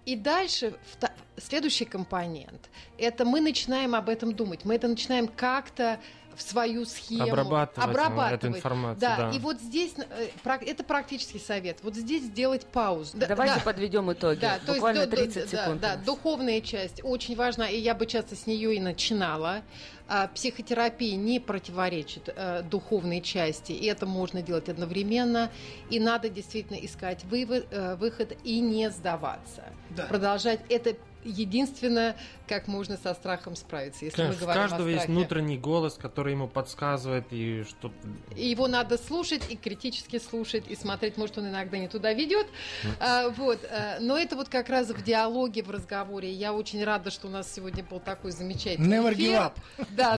И дальше вта- следующий компонент – это мы начинаем об этом думать, мы это начинаем как-то в свою схему обрабатывать, обрабатывать. эту информацию. Да, Да. и вот здесь э, прак- это практический совет. Вот здесь сделать паузу. Да, Давайте да. подведем итоги. Да, то Буквально есть, тридцать да, секунд. Да, да, духовная часть очень важна, и я бы часто с нее и начинала. А, психотерапия не противоречит а, духовной части, и это можно делать одновременно. И надо действительно искать вывод, а, выход и не сдаваться. Да. Продолжать. Это единственное, как можно со страхом справиться, если мы У говорим о каждого есть страхе. внутренний голос, который ему подсказывает, и что... И его надо слушать, и критически слушать, и смотреть, может, он иногда не туда ведет. А, вот. а, но это вот как раз в диалоге, в разговоре. Я очень рада, что у нас сегодня был такой замечательный Never эфир. give up. Да,